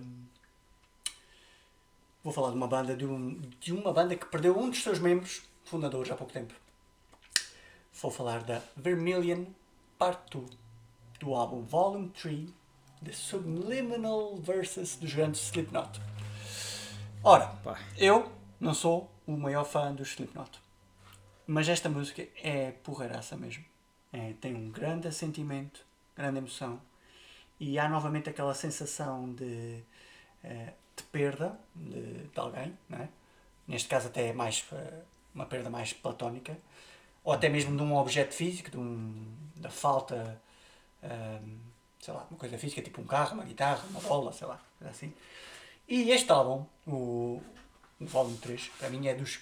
falar de uma banda, de uma banda que perdeu um dos seus membros fundadores há pouco tempo. Vou falar da Vermilion Part 2, do álbum Volume 3, The Subliminal Verses dos grandes Slipknot. Ora, eu não sou o maior fã dos Slipknot, mas esta música é porreiraça mesmo. Tem um grande sentimento, grande emoção, e há novamente aquela sensação de perda de alguém, não é? Neste caso até é mais uma perda mais platónica, ou até mesmo de um objeto físico, da falta, sei lá, uma coisa física, tipo um carro, uma guitarra, uma bola, sei lá, assim. E este álbum, o Volume 3, para mim é dos...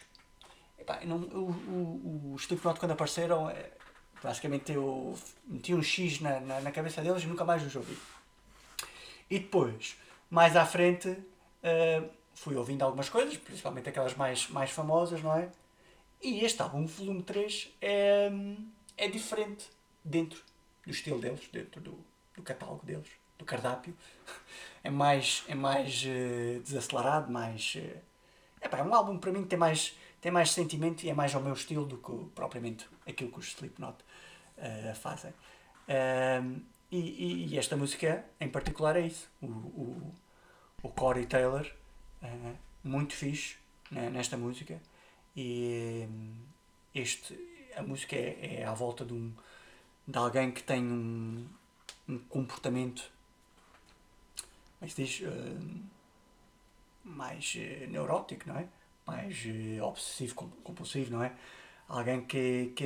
Os Slipknot quando apareceram, basicamente eu meti um X na cabeça deles e nunca mais os ouvi. E depois, mais à frente, fui ouvindo algumas coisas, principalmente aquelas mais famosas, não é? E este álbum, Volume 3, é diferente dentro do estilo deles, dentro do catálogo deles, do cardápio. É mais desacelerado, mais... é um álbum para mim que tem mais sentimento e é mais ao meu estilo do que propriamente aquilo que os Slipknot fazem. E esta música em particular é isso. O Corey Taylor, muito fixe nesta música, e a música é à volta de alguém que tem um comportamento, como é que se diz, mais neurótico, não é? Mais obsessivo compulsivo, não é? Alguém que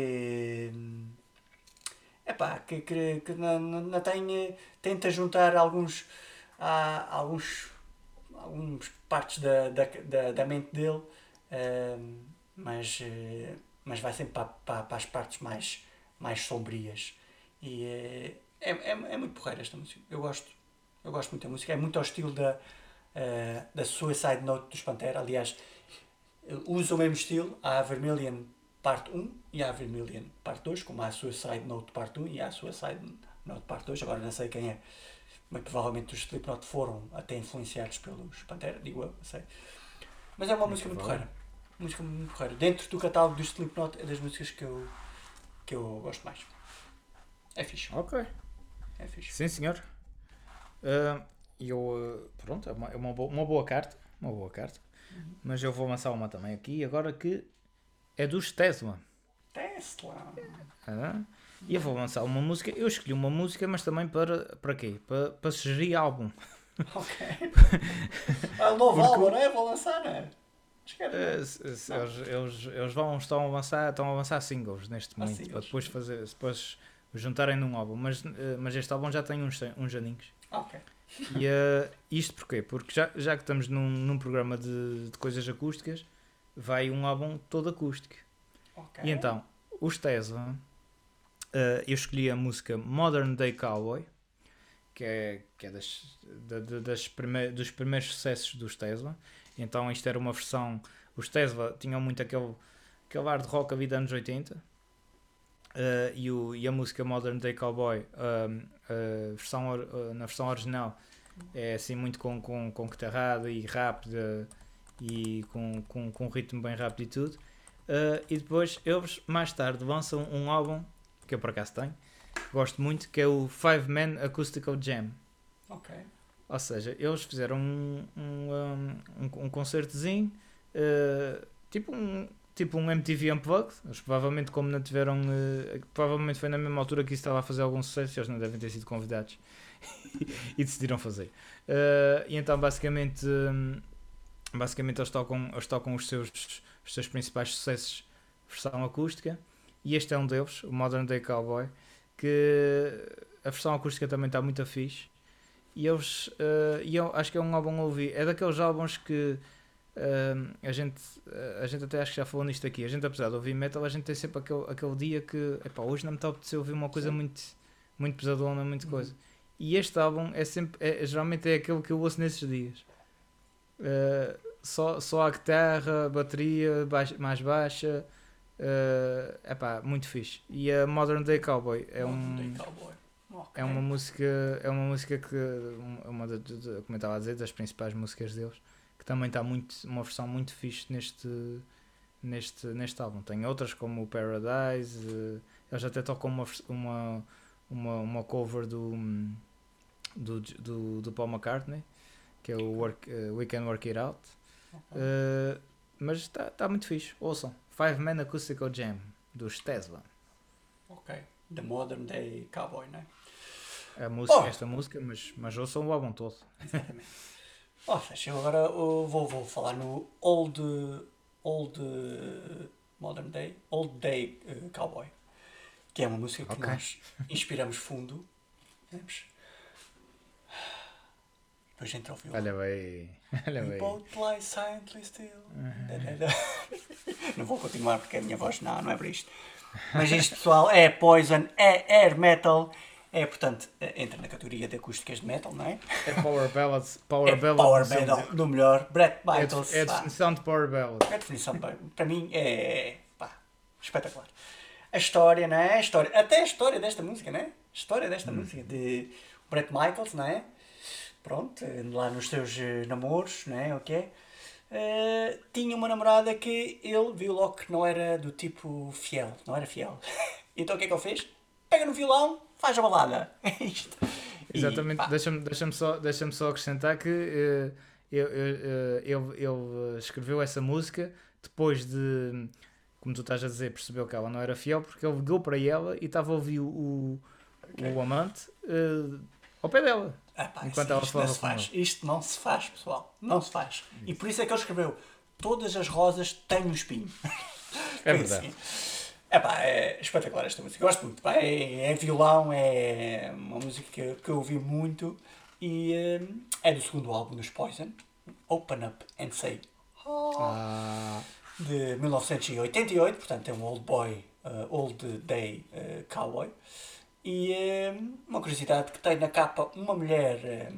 tenta juntar alguns algumas partes da mente dele, mas vai sempre para as partes mais sombrias. E é muito porreira esta música. Eu gosto muito da música. É muito ao estilo da Suicide Note dos Pantera. Aliás, usa o mesmo estilo. Há a Vermilion Parte 1 e há a Vermilion Parte 2, como há a Suicide Note Parte 1 e há a Suicide Note Parte 2. Agora não sei quem é, mas provavelmente os Slipknot foram até influenciados pelos Pantera, digo eu, não sei. Mas é uma música muito porreira. Música muito porreira. Dentro do catálogo dos Slipknot é das músicas que eu gosto mais. É fixe. Ok. É fixe. Sim, senhor. Pronto, é uma boa carta. Uma boa carta. Mas eu vou lançar uma também aqui, agora que é dos Tesla. E eu vou lançar uma música. Eu escolhi uma música, mas também para quê? Para sugerir álbum. Ok. É um novo álbum, não é? Vou lançar, não é? Eles estão a lançar singles neste momento, para depois juntarem num álbum, mas este álbum já tem uns aninhos. Ok. E isto porquê? Porque já que estamos num programa de coisas acústicas, vai um álbum todo acústico. Okay. E então, os Tesla, eu escolhi a música Modern Day Cowboy, que é dos primeiros sucessos dos Tesla. Então isto era uma versão. Os Tesla tinham muito aquele ar de rock a vida anos 80. E a música Modern Day Cowboy, na versão original, é assim muito com guitarrada e rápida e com um ritmo bem rápido e tudo. E depois eles mais tarde lançam um álbum que eu por acaso tenho, gosto muito, que é o 5-Man Acoustical Jam. Ok. Ou seja, eles fizeram um concertozinho, tipo um MTV Unplugged. Eles provavelmente, como não tiveram, provavelmente foi na mesma altura que isso estava a fazer algum sucesso, eles não devem ter sido convidados e decidiram fazer. E então basicamente eles tocam os seus principais sucessos versão acústica, e este é um deles, o Modern Day Cowboy, que a versão acústica também está muito fixe. E eu acho que é um álbum a ouvir. É daqueles álbuns que a gente até acho que já falou nisto aqui. A gente, apesar de ouvir metal, a gente tem sempre aquele dia que hoje não me está a apetecer ouvir uma coisa muito, muito pesadona, muita coisa. E este álbum geralmente é aquele que eu ouço nesses dias. Só a guitarra, bateria mais baixa, muito fixe. E a Modern Day Cowboy é uma música que como eu estava a dizer, das principais músicas deles, que também está uma versão muito fixe neste álbum. Tem outras como o Paradise, eles até tocam uma cover do Paul McCartney, que é o We Can Work It Out. Okay. Mas está muito fixe. Ouçam, 5-Man Acoustical Jam dos Tesla. Ok, The Modern Day Cowboy, não é? Esta música, mas ouçam o álbum todo. Exatamente. Eu agora vou falar no Old Modern Day, Old Day Cowboy, que é uma música que nós inspiramos fundo. Vemos? Depois entra o violão. Olha bem. We both lie silently still. Não vou continuar porque a minha voz não é para isto. Mas isto, pessoal, é Poison, é Air Metal, portanto, entra na categoria de acústicas de metal, não é? É Power Ballads. Power Metal, do melhor. Bret Michaels. É a definição de Power Ballads. É a definição, para mim, espetacular. A história, não é? Até a história desta música, não é? A história desta música de Bret Michaels, não é? Pronto, lá nos seus namoros, não é? Okay. Tinha uma namorada que ele viu logo que não era do tipo fiel, não era fiel. Então o que é que ele fez? Pega no violão, faz a balada. É isto. Exatamente, deixa-me só acrescentar que ele escreveu essa música depois de, como tu estás a dizer, percebeu que ela não era fiel, porque ele ligou para ela e estava a ouvir o amante ao pé dela. Enquanto ela falava isto não se faz, pessoal. Não se faz. E por isso é que ele escreveu: todas as rosas têm um espinho. É verdade. Assim. É espetacular esta música. Gosto muito. É violão, é uma música que eu ouvi muito. E é do segundo álbum dos Poison. Open Up and Say Ah, de 1988, portanto é um old day cowboy. E uma curiosidade que tem na capa uma mulher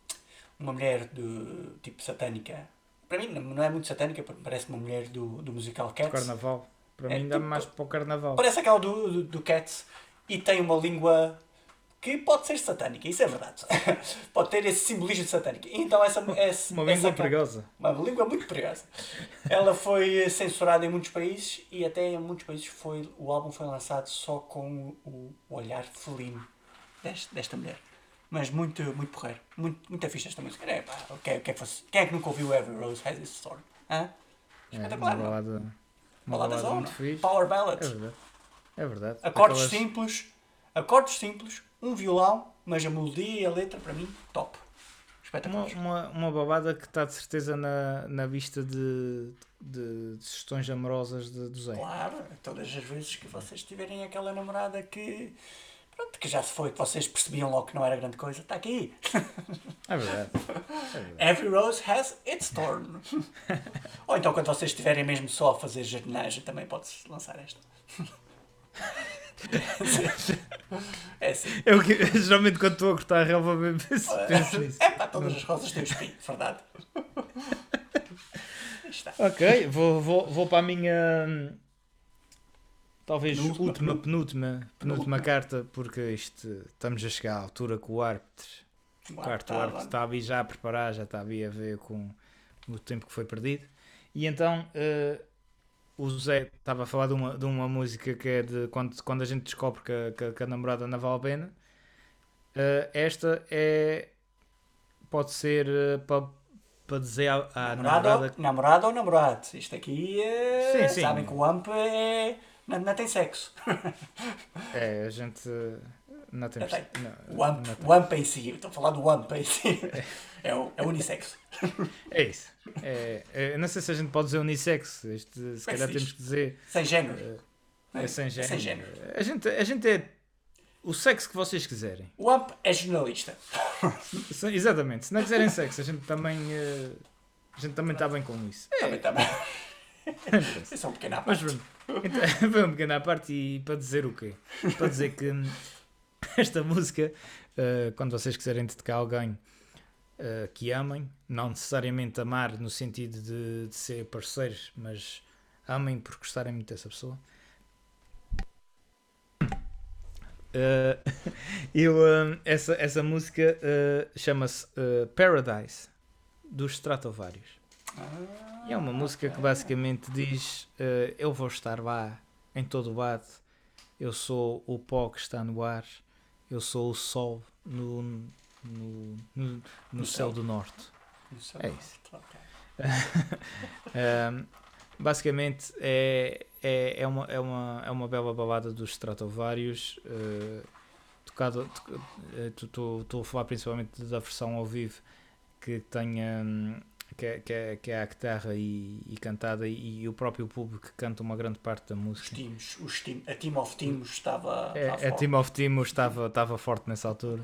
do tipo satânica. Para mim não é muito satânica, porque parece uma mulher do musical Cats. carnaval. Para É, mim dá tipo, mais para o carnaval. Parece aquela do Cats e tem uma língua que pode ser satânica, isso é verdade. Pode ter esse simbolismo satânico. Então Uma língua perigosa. uma língua muito perigosa. Ela foi censurada em muitos países e até em muitos países o álbum foi lançado só com o olhar felino desta mulher. Mas muito, muito porreiro. Muito fixe esta música. Quem é que nunca ouviu Every Rose Has Its Thorn? É, Espetacular, uma não? balada Baladazona. muito fixe. Power É ballads. verdade. É verdade. Acordes Aquelas- simples, um violão, mas a melodia e a letra, para mim, top. Espetacular. Uma babada que está de certeza na vista de sugestões amorosas do Zé. Claro, todas as vezes que vocês tiverem aquela namorada que já se foi, que vocês percebiam logo que não era grande coisa, está aqui. É verdade. Every rose has its thorn. Ou então quando vocês estiverem mesmo só a fazer jardinagem, também pode-se lançar esta. É assim. Geralmente quando estou a cortar a relva penso nisso. É pá, todas as rosas têm o espinho, verdade. Aí está. Ok, vou para a minha talvez Penúltima. penúltima carta, porque estamos a chegar à altura que o árbitro está a vir já a preparar, já está a vir a ver com o tempo que foi perdido. E então o José estava a falar de uma música que é de quando a gente descobre que a namorada não vale a pena. Esta pode ser para dizer à namorada que... Namorado ou namorado? Isto aqui Sim. sabem que o AMP não tem sexo. a gente não temos... Tem. não, O AMP, não tem. o AMP em si, estou a falar do AMP em si. É unissexo. É isso. Eu não sei se a gente pode dizer unissex. Se calhar fixe. temos que dizer Sem género. é sem género. Sem género. A gente é o sexo que vocês quiserem. O AMP é jornalista. Exatamente. Se não quiserem sexo, a gente também está bem com isso. Também. Isso é um pequeno à Mas parte. pronto, então, foi um pequeno à parte e para dizer o quê? Para dizer que esta música, quando vocês quiserem dedicar a alguém que amem, não necessariamente amar no sentido de ser parceiros, mas amem por gostarem muito dessa pessoa. Essa música chama-se Paradise, dos Stratovarius. E é uma música que basicamente diz eu vou estar lá em todo o lado, eu sou o pó que está no ar, eu sou o sol no céu do norte. É isso. Ok. Basicamente é uma bela balada dos Stratovarius, tocado. Estou a falar principalmente da versão ao vivo que tem que é a guitarra e cantada, e o próprio público que canta uma grande parte da música. A Team of Timos estava A forte. Team of Timo estava forte nessa altura.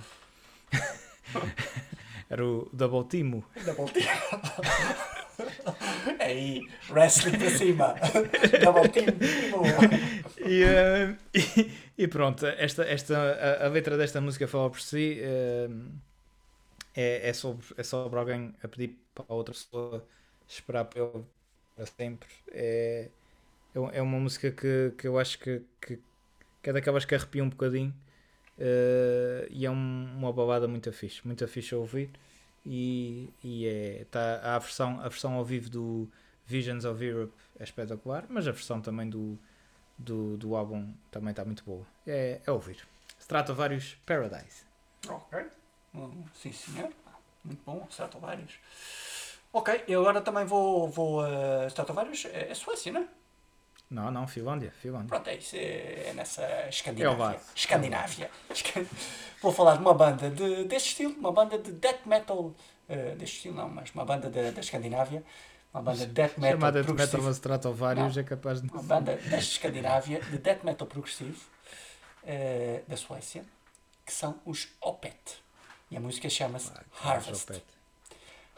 Era o Double Timo. Double Team. Aí, wrestling para cima. Double Team. E pronto, a letra desta música fala por si. É sobre alguém a pedir para a outra pessoa esperar por ele para sempre. É uma música que eu acho que é daquelas que arrepia um bocadinho, e é uma balada muito fixe a ouvir. E tá, a versão ao vivo do Visions of Europe é espetacular, mas a versão também do álbum também está muito boa. É ouvir. Stratovarius Paradise. Ok. Sim, senhor. Muito bom. Stratovarius. Ok, eu agora também vou Stratovarius é Suécia, não é? Não, Finlândia. Pronto, é isso. É nessa É o Escandinávia. base. Escandinávia. Vou falar de uma banda deste estilo, uma banda de death metal. Deste estilo não, mas uma banda da Escandinávia. Uma banda de death metal Chamada de progressivo. Metal Stratovarius Não. é capaz de... Uma banda desta Escandinávia de death metal progressivo da Suécia, que são os Opeth. E a música chama-se Harvest.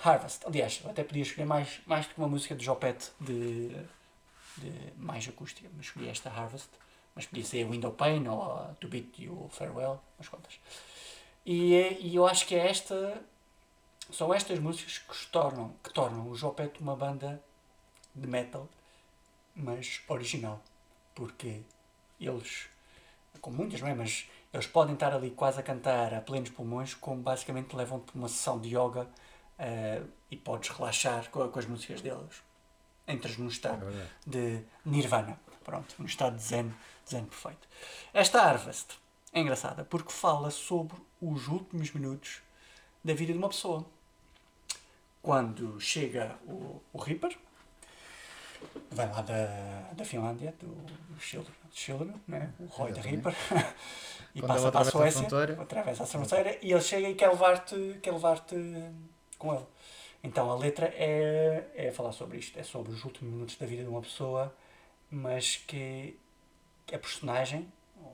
Harvest. Aliás, eu até podia escolher mais do que uma música de Jopete de mais acústica, mas escolhi esta Harvest. Mas podia ser Window Pane ou To Bid You Farewell, umas quantas. E eu acho que são estas músicas que tornam o Jopete uma banda de metal, mas original. Porque eles, com muitas, não é? Mas eles podem estar ali quase a cantar a plenos pulmões, como basicamente levam-te para uma sessão de yoga e podes relaxar com as músicas deles. Entras num estado de nirvana. Pronto, num estado de zen perfeito. Esta Harvest é engraçada porque fala sobre os últimos minutos da vida de uma pessoa. Quando chega o Reaper, vem lá da Finlândia, do Children, né? O Roy da Reaper, e Quando passa ele para a atravessa a Suécia, fronteira. atravessa a fronteira, e ele chega e quer levar-te com ele. Então a letra é falar sobre isto, é sobre os últimos minutos da vida de uma pessoa, mas que a personagem,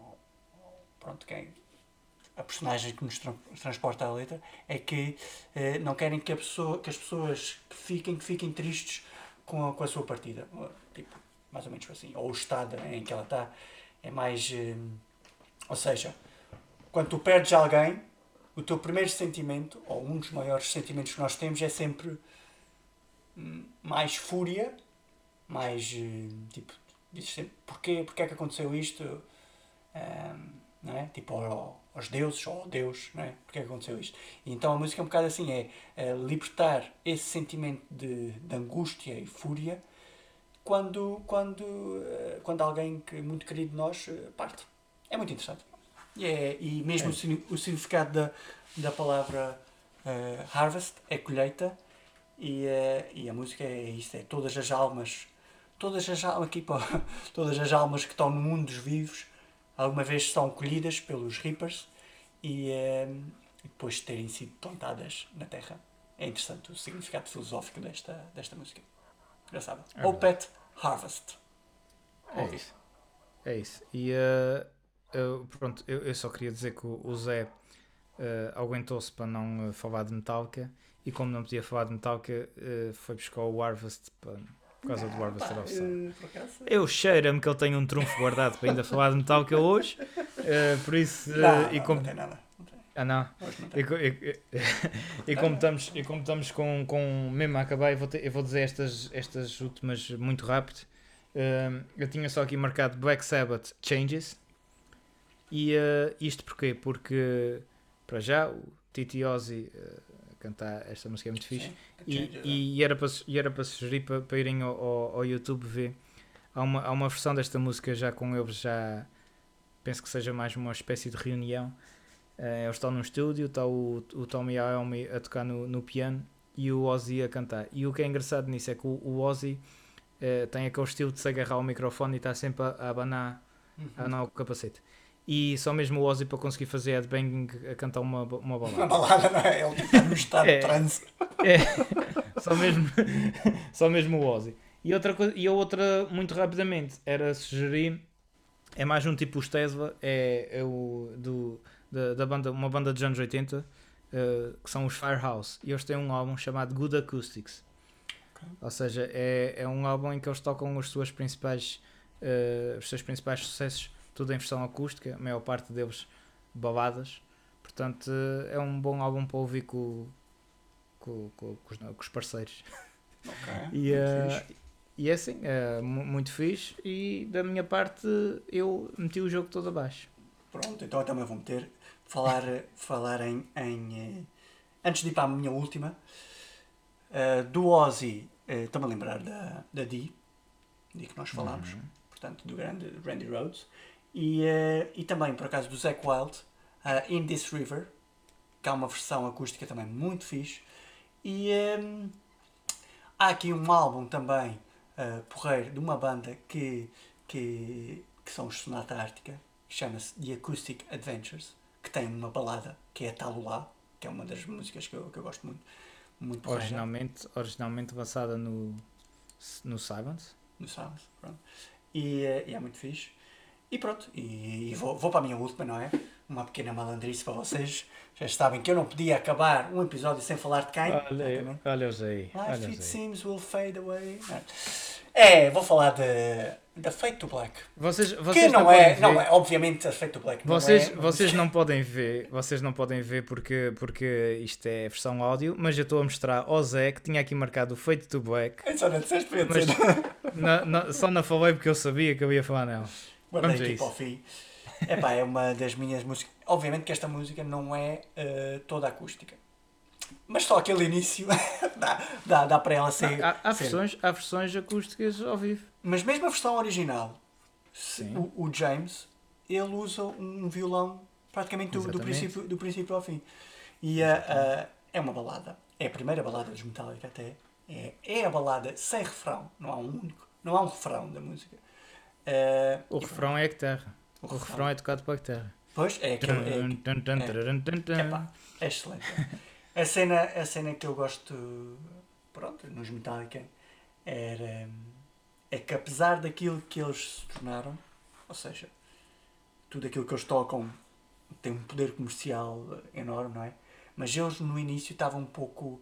a personagem que nos transporta a letra, é que não querem que as pessoas fiquem tristes com a sua partida. Tipo, mais ou menos assim. Ou o estado em que ela está é mais... ou seja, quando tu perdes alguém, o teu primeiro sentimento, ou um dos maiores sentimentos que nós temos, é sempre mais fúria, mais tipo, dizes sempre, porquê é que aconteceu isto? Não é? Tipo, aos deuses, ou ao Deus, não é? Porque é que aconteceu isto? E então a música é um bocado assim, é libertar esse sentimento de angústia e fúria quando alguém muito querido de nós parte. É muito interessante. E mesmo o significado da palavra harvest é colheita, e a música é isto, é todas as almas aqui, todas as almas que estão no mundo dos vivos alguma vez são colhidas pelos Reapers e depois de terem sido plantadas na terra. É interessante o significado filosófico desta música. Engraçado. Opeth Harvest. É isso. E pronto, eu só queria dizer que o Zé aguentou-se para não falar de Metallica, e como não podia falar de Metallica, foi buscar o Harvest por causa do Harvester of Sun. Eu cheiro-me que ele tem um trunfo guardado para ainda falar de Metallica hoje, por isso... não tem nada. Ah, não? E como estamos com mesmo a acabar, eu vou dizer estas últimas muito rápido. Eu tinha só aqui marcado Black Sabbath Changes. E isto porquê? Porque para já o Titi Ozzy cantar esta música é muito fixe. Sim, e era para sugerir para irem ao YouTube ver. Há uma versão desta música já com eles, já penso que seja mais uma espécie de reunião. Eles estão num estúdio, está o Tommy Iommi a tocar no piano e o Ozzy a cantar. E o que é engraçado nisso é que o Ozzy tem aquele estilo de se agarrar ao microfone e está sempre a abanar o capacete. E só mesmo o Ozzy para conseguir fazer headbanging a cantar uma balada. Uma balada, não é? Ele está no estado de transe. Só mesmo o Ozzy. E outra, muito rapidamente, era sugerir, é mais um tipo os Tesla, da banda, uma banda dos anos 80, que são os Firehouse, e eles têm um álbum chamado Good Acoustics. Okay. Ou seja, é um álbum em que eles tocam os seus principais sucessos, tudo em versão acústica, a maior parte deles baladas. Portanto, é um bom álbum para ouvir com os parceiros. Okay. E é assim, é muito fixe, e da minha parte eu meti o jogo todo abaixo. Pronto, então eu também vou meter falar em antes de ir para a minha última, do Ozzy, estou-me a lembrar da Dee que nós falámos, portanto do grande Randy Rhoads, e também por acaso do Zakk Wylde, In This River, que há uma versão acústica também muito fixe, e há aqui um álbum também porreiro de uma banda que são os Sonata Ártica, que chama-se The Acoustic Adventures, que tem uma balada que é Talulá, que é uma das músicas que eu gosto muito originalmente lançada no Silence. No Silence, pronto. E é muito fixe. E pronto, e vou para a minha última, não é? uma pequena malandrice para vocês. Já sabem que eu não podia acabar um episódio sem falar de quem. Olha-os aí. Life it Olha-os aí. seems will fade away. Vou falar da Fade to Black. Vocês Que não podem é, ver. não é, obviamente a Fade to Black Vocês não podem ver, porque isto é versão áudio, mas eu estou a mostrar ao Zé que tinha aqui marcado o Fade to Black. Só não disseste para eu Mas dizer. só não falei porque eu sabia que eu ia falar nela. Guardei Vamos a aqui isso. para o fim. Epá, é uma das minhas músicas. Obviamente que esta música não é toda acústica. Mas só aquele início dá para ela ser. Há versões acústicas ao vivo. Mas mesmo a versão original, Sim. o James, ele usa um violão praticamente do princípio ao fim. E é uma balada. É a primeira balada dos Metallica até. É a balada sem refrão. Não há um refrão da música. O refrão é a guitarra. O refrão é tocado pela guitarra. Pois, é aquele. Epá, é excelente. A cena que eu gosto, pronto, nos Metallica é que apesar daquilo que eles se tornaram, ou seja, tudo aquilo que eles tocam tem um poder comercial enorme, não é? Mas eles no início estavam um pouco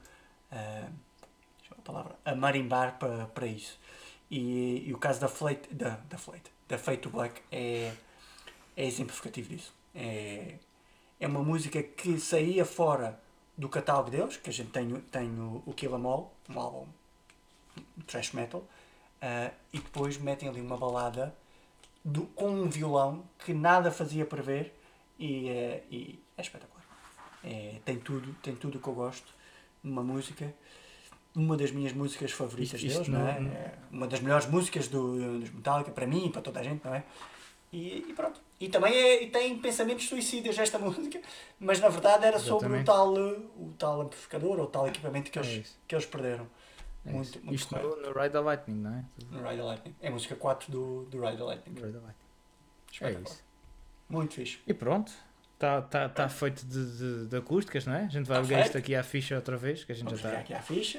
a marimbar para isso. E o caso da Fade to Black é exemplificativo disso. É uma música que saía fora do catálogo deles, que a gente tem o Kill 'Em All, um álbum thrash metal, e depois metem ali uma balada com um violão que nada fazia prever e é espetacular. Tem tudo o que eu gosto numa música. Uma das minhas músicas favoritas deles, não é? Uma das melhores músicas dos Metallica, para mim e para toda a gente, não é? E pronto. E também tem pensamentos suicidas esta música, mas na verdade era sobre o tal amplificador ou o tal equipamento que eles perderam. Muito Isto correto. no Ride the Lightning, não é? No Ride the Lightning. É a música 4 do Ride the Lightning. Ride the Lightning. É Espetacular. isso. Muito fixe. E pronto. Está feito de acústicas, não é? A gente vai Tá ligar feito. isto aqui à ficha outra vez, que a gente Vamos já pegar está. aqui à ficha.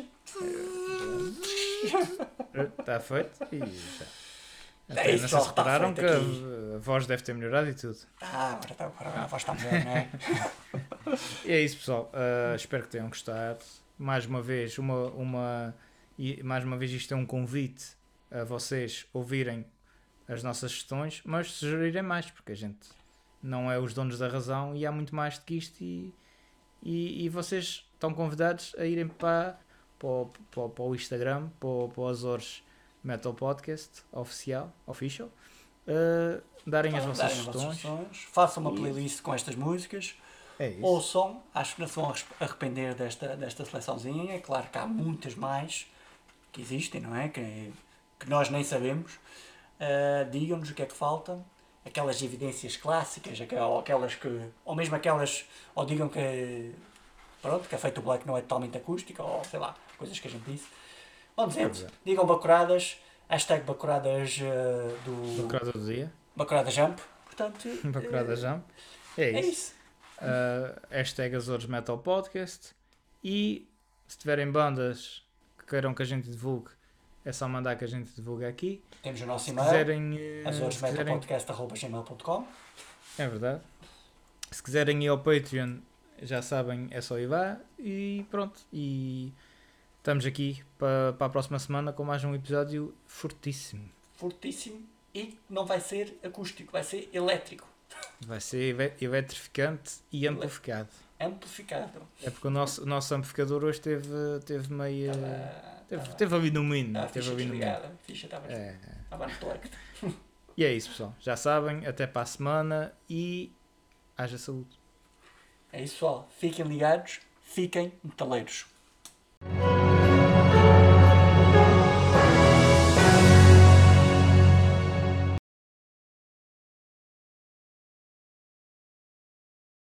Está feito e já. É Até isso, não sei se está repararam que feito a voz deve ter melhorado e tudo. Agora a voz está melhor, não é? E é isso, pessoal. Espero que tenham gostado. Mais uma vez, isto é um convite a vocês ouvirem as nossas sugestões, mas sugerirem mais, porque a gente não é os donos da razão e há muito mais do que isto e vocês estão convidados a irem para o Instagram, para o Azores Metal Podcast official, darem as vossas sugestões. Façam uma playlist com estas músicas. É isso. Ouçam, acho que não se vão arrepender desta seleçãozinha. É claro que há muitas mais que existem, não é? Que nós nem sabemos. Digam-nos o que é que falta. Aquelas evidências clássicas, ou mesmo aquelas, ou digam que pronto, que a Fade to Black não é totalmente acústica, ou sei lá, coisas que a gente disse. Vão dizendo, digam bacuradas, #bacuradas do... Bacurada do dia. Bacurada Jump, portanto... Bacurada Jump. É isso. Azores Metal Podcast. E se tiverem bandas que queiram que a gente divulgue, é só mandar que a gente divulgue aqui. Temos o nosso Se e-mail, quiserem, azoresmetalpodcast@gmail.com. é verdade. Se quiserem ir ao Patreon, já sabem, é só ir lá. E pronto. E estamos aqui para a próxima semana com mais um episódio fortíssimo. Fortíssimo. E não vai ser acústico, vai ser elétrico. Vai ser eletrificante e amplificado. Amplificado. É porque o nosso amplificador hoje teve meio... Teve ali no mínimo. A ficha desligada. A ficha estava no torque. E é isso, pessoal. Já sabem, até para a semana e haja saúde. É isso, pessoal. Fiquem ligados, fiquem metaleiros.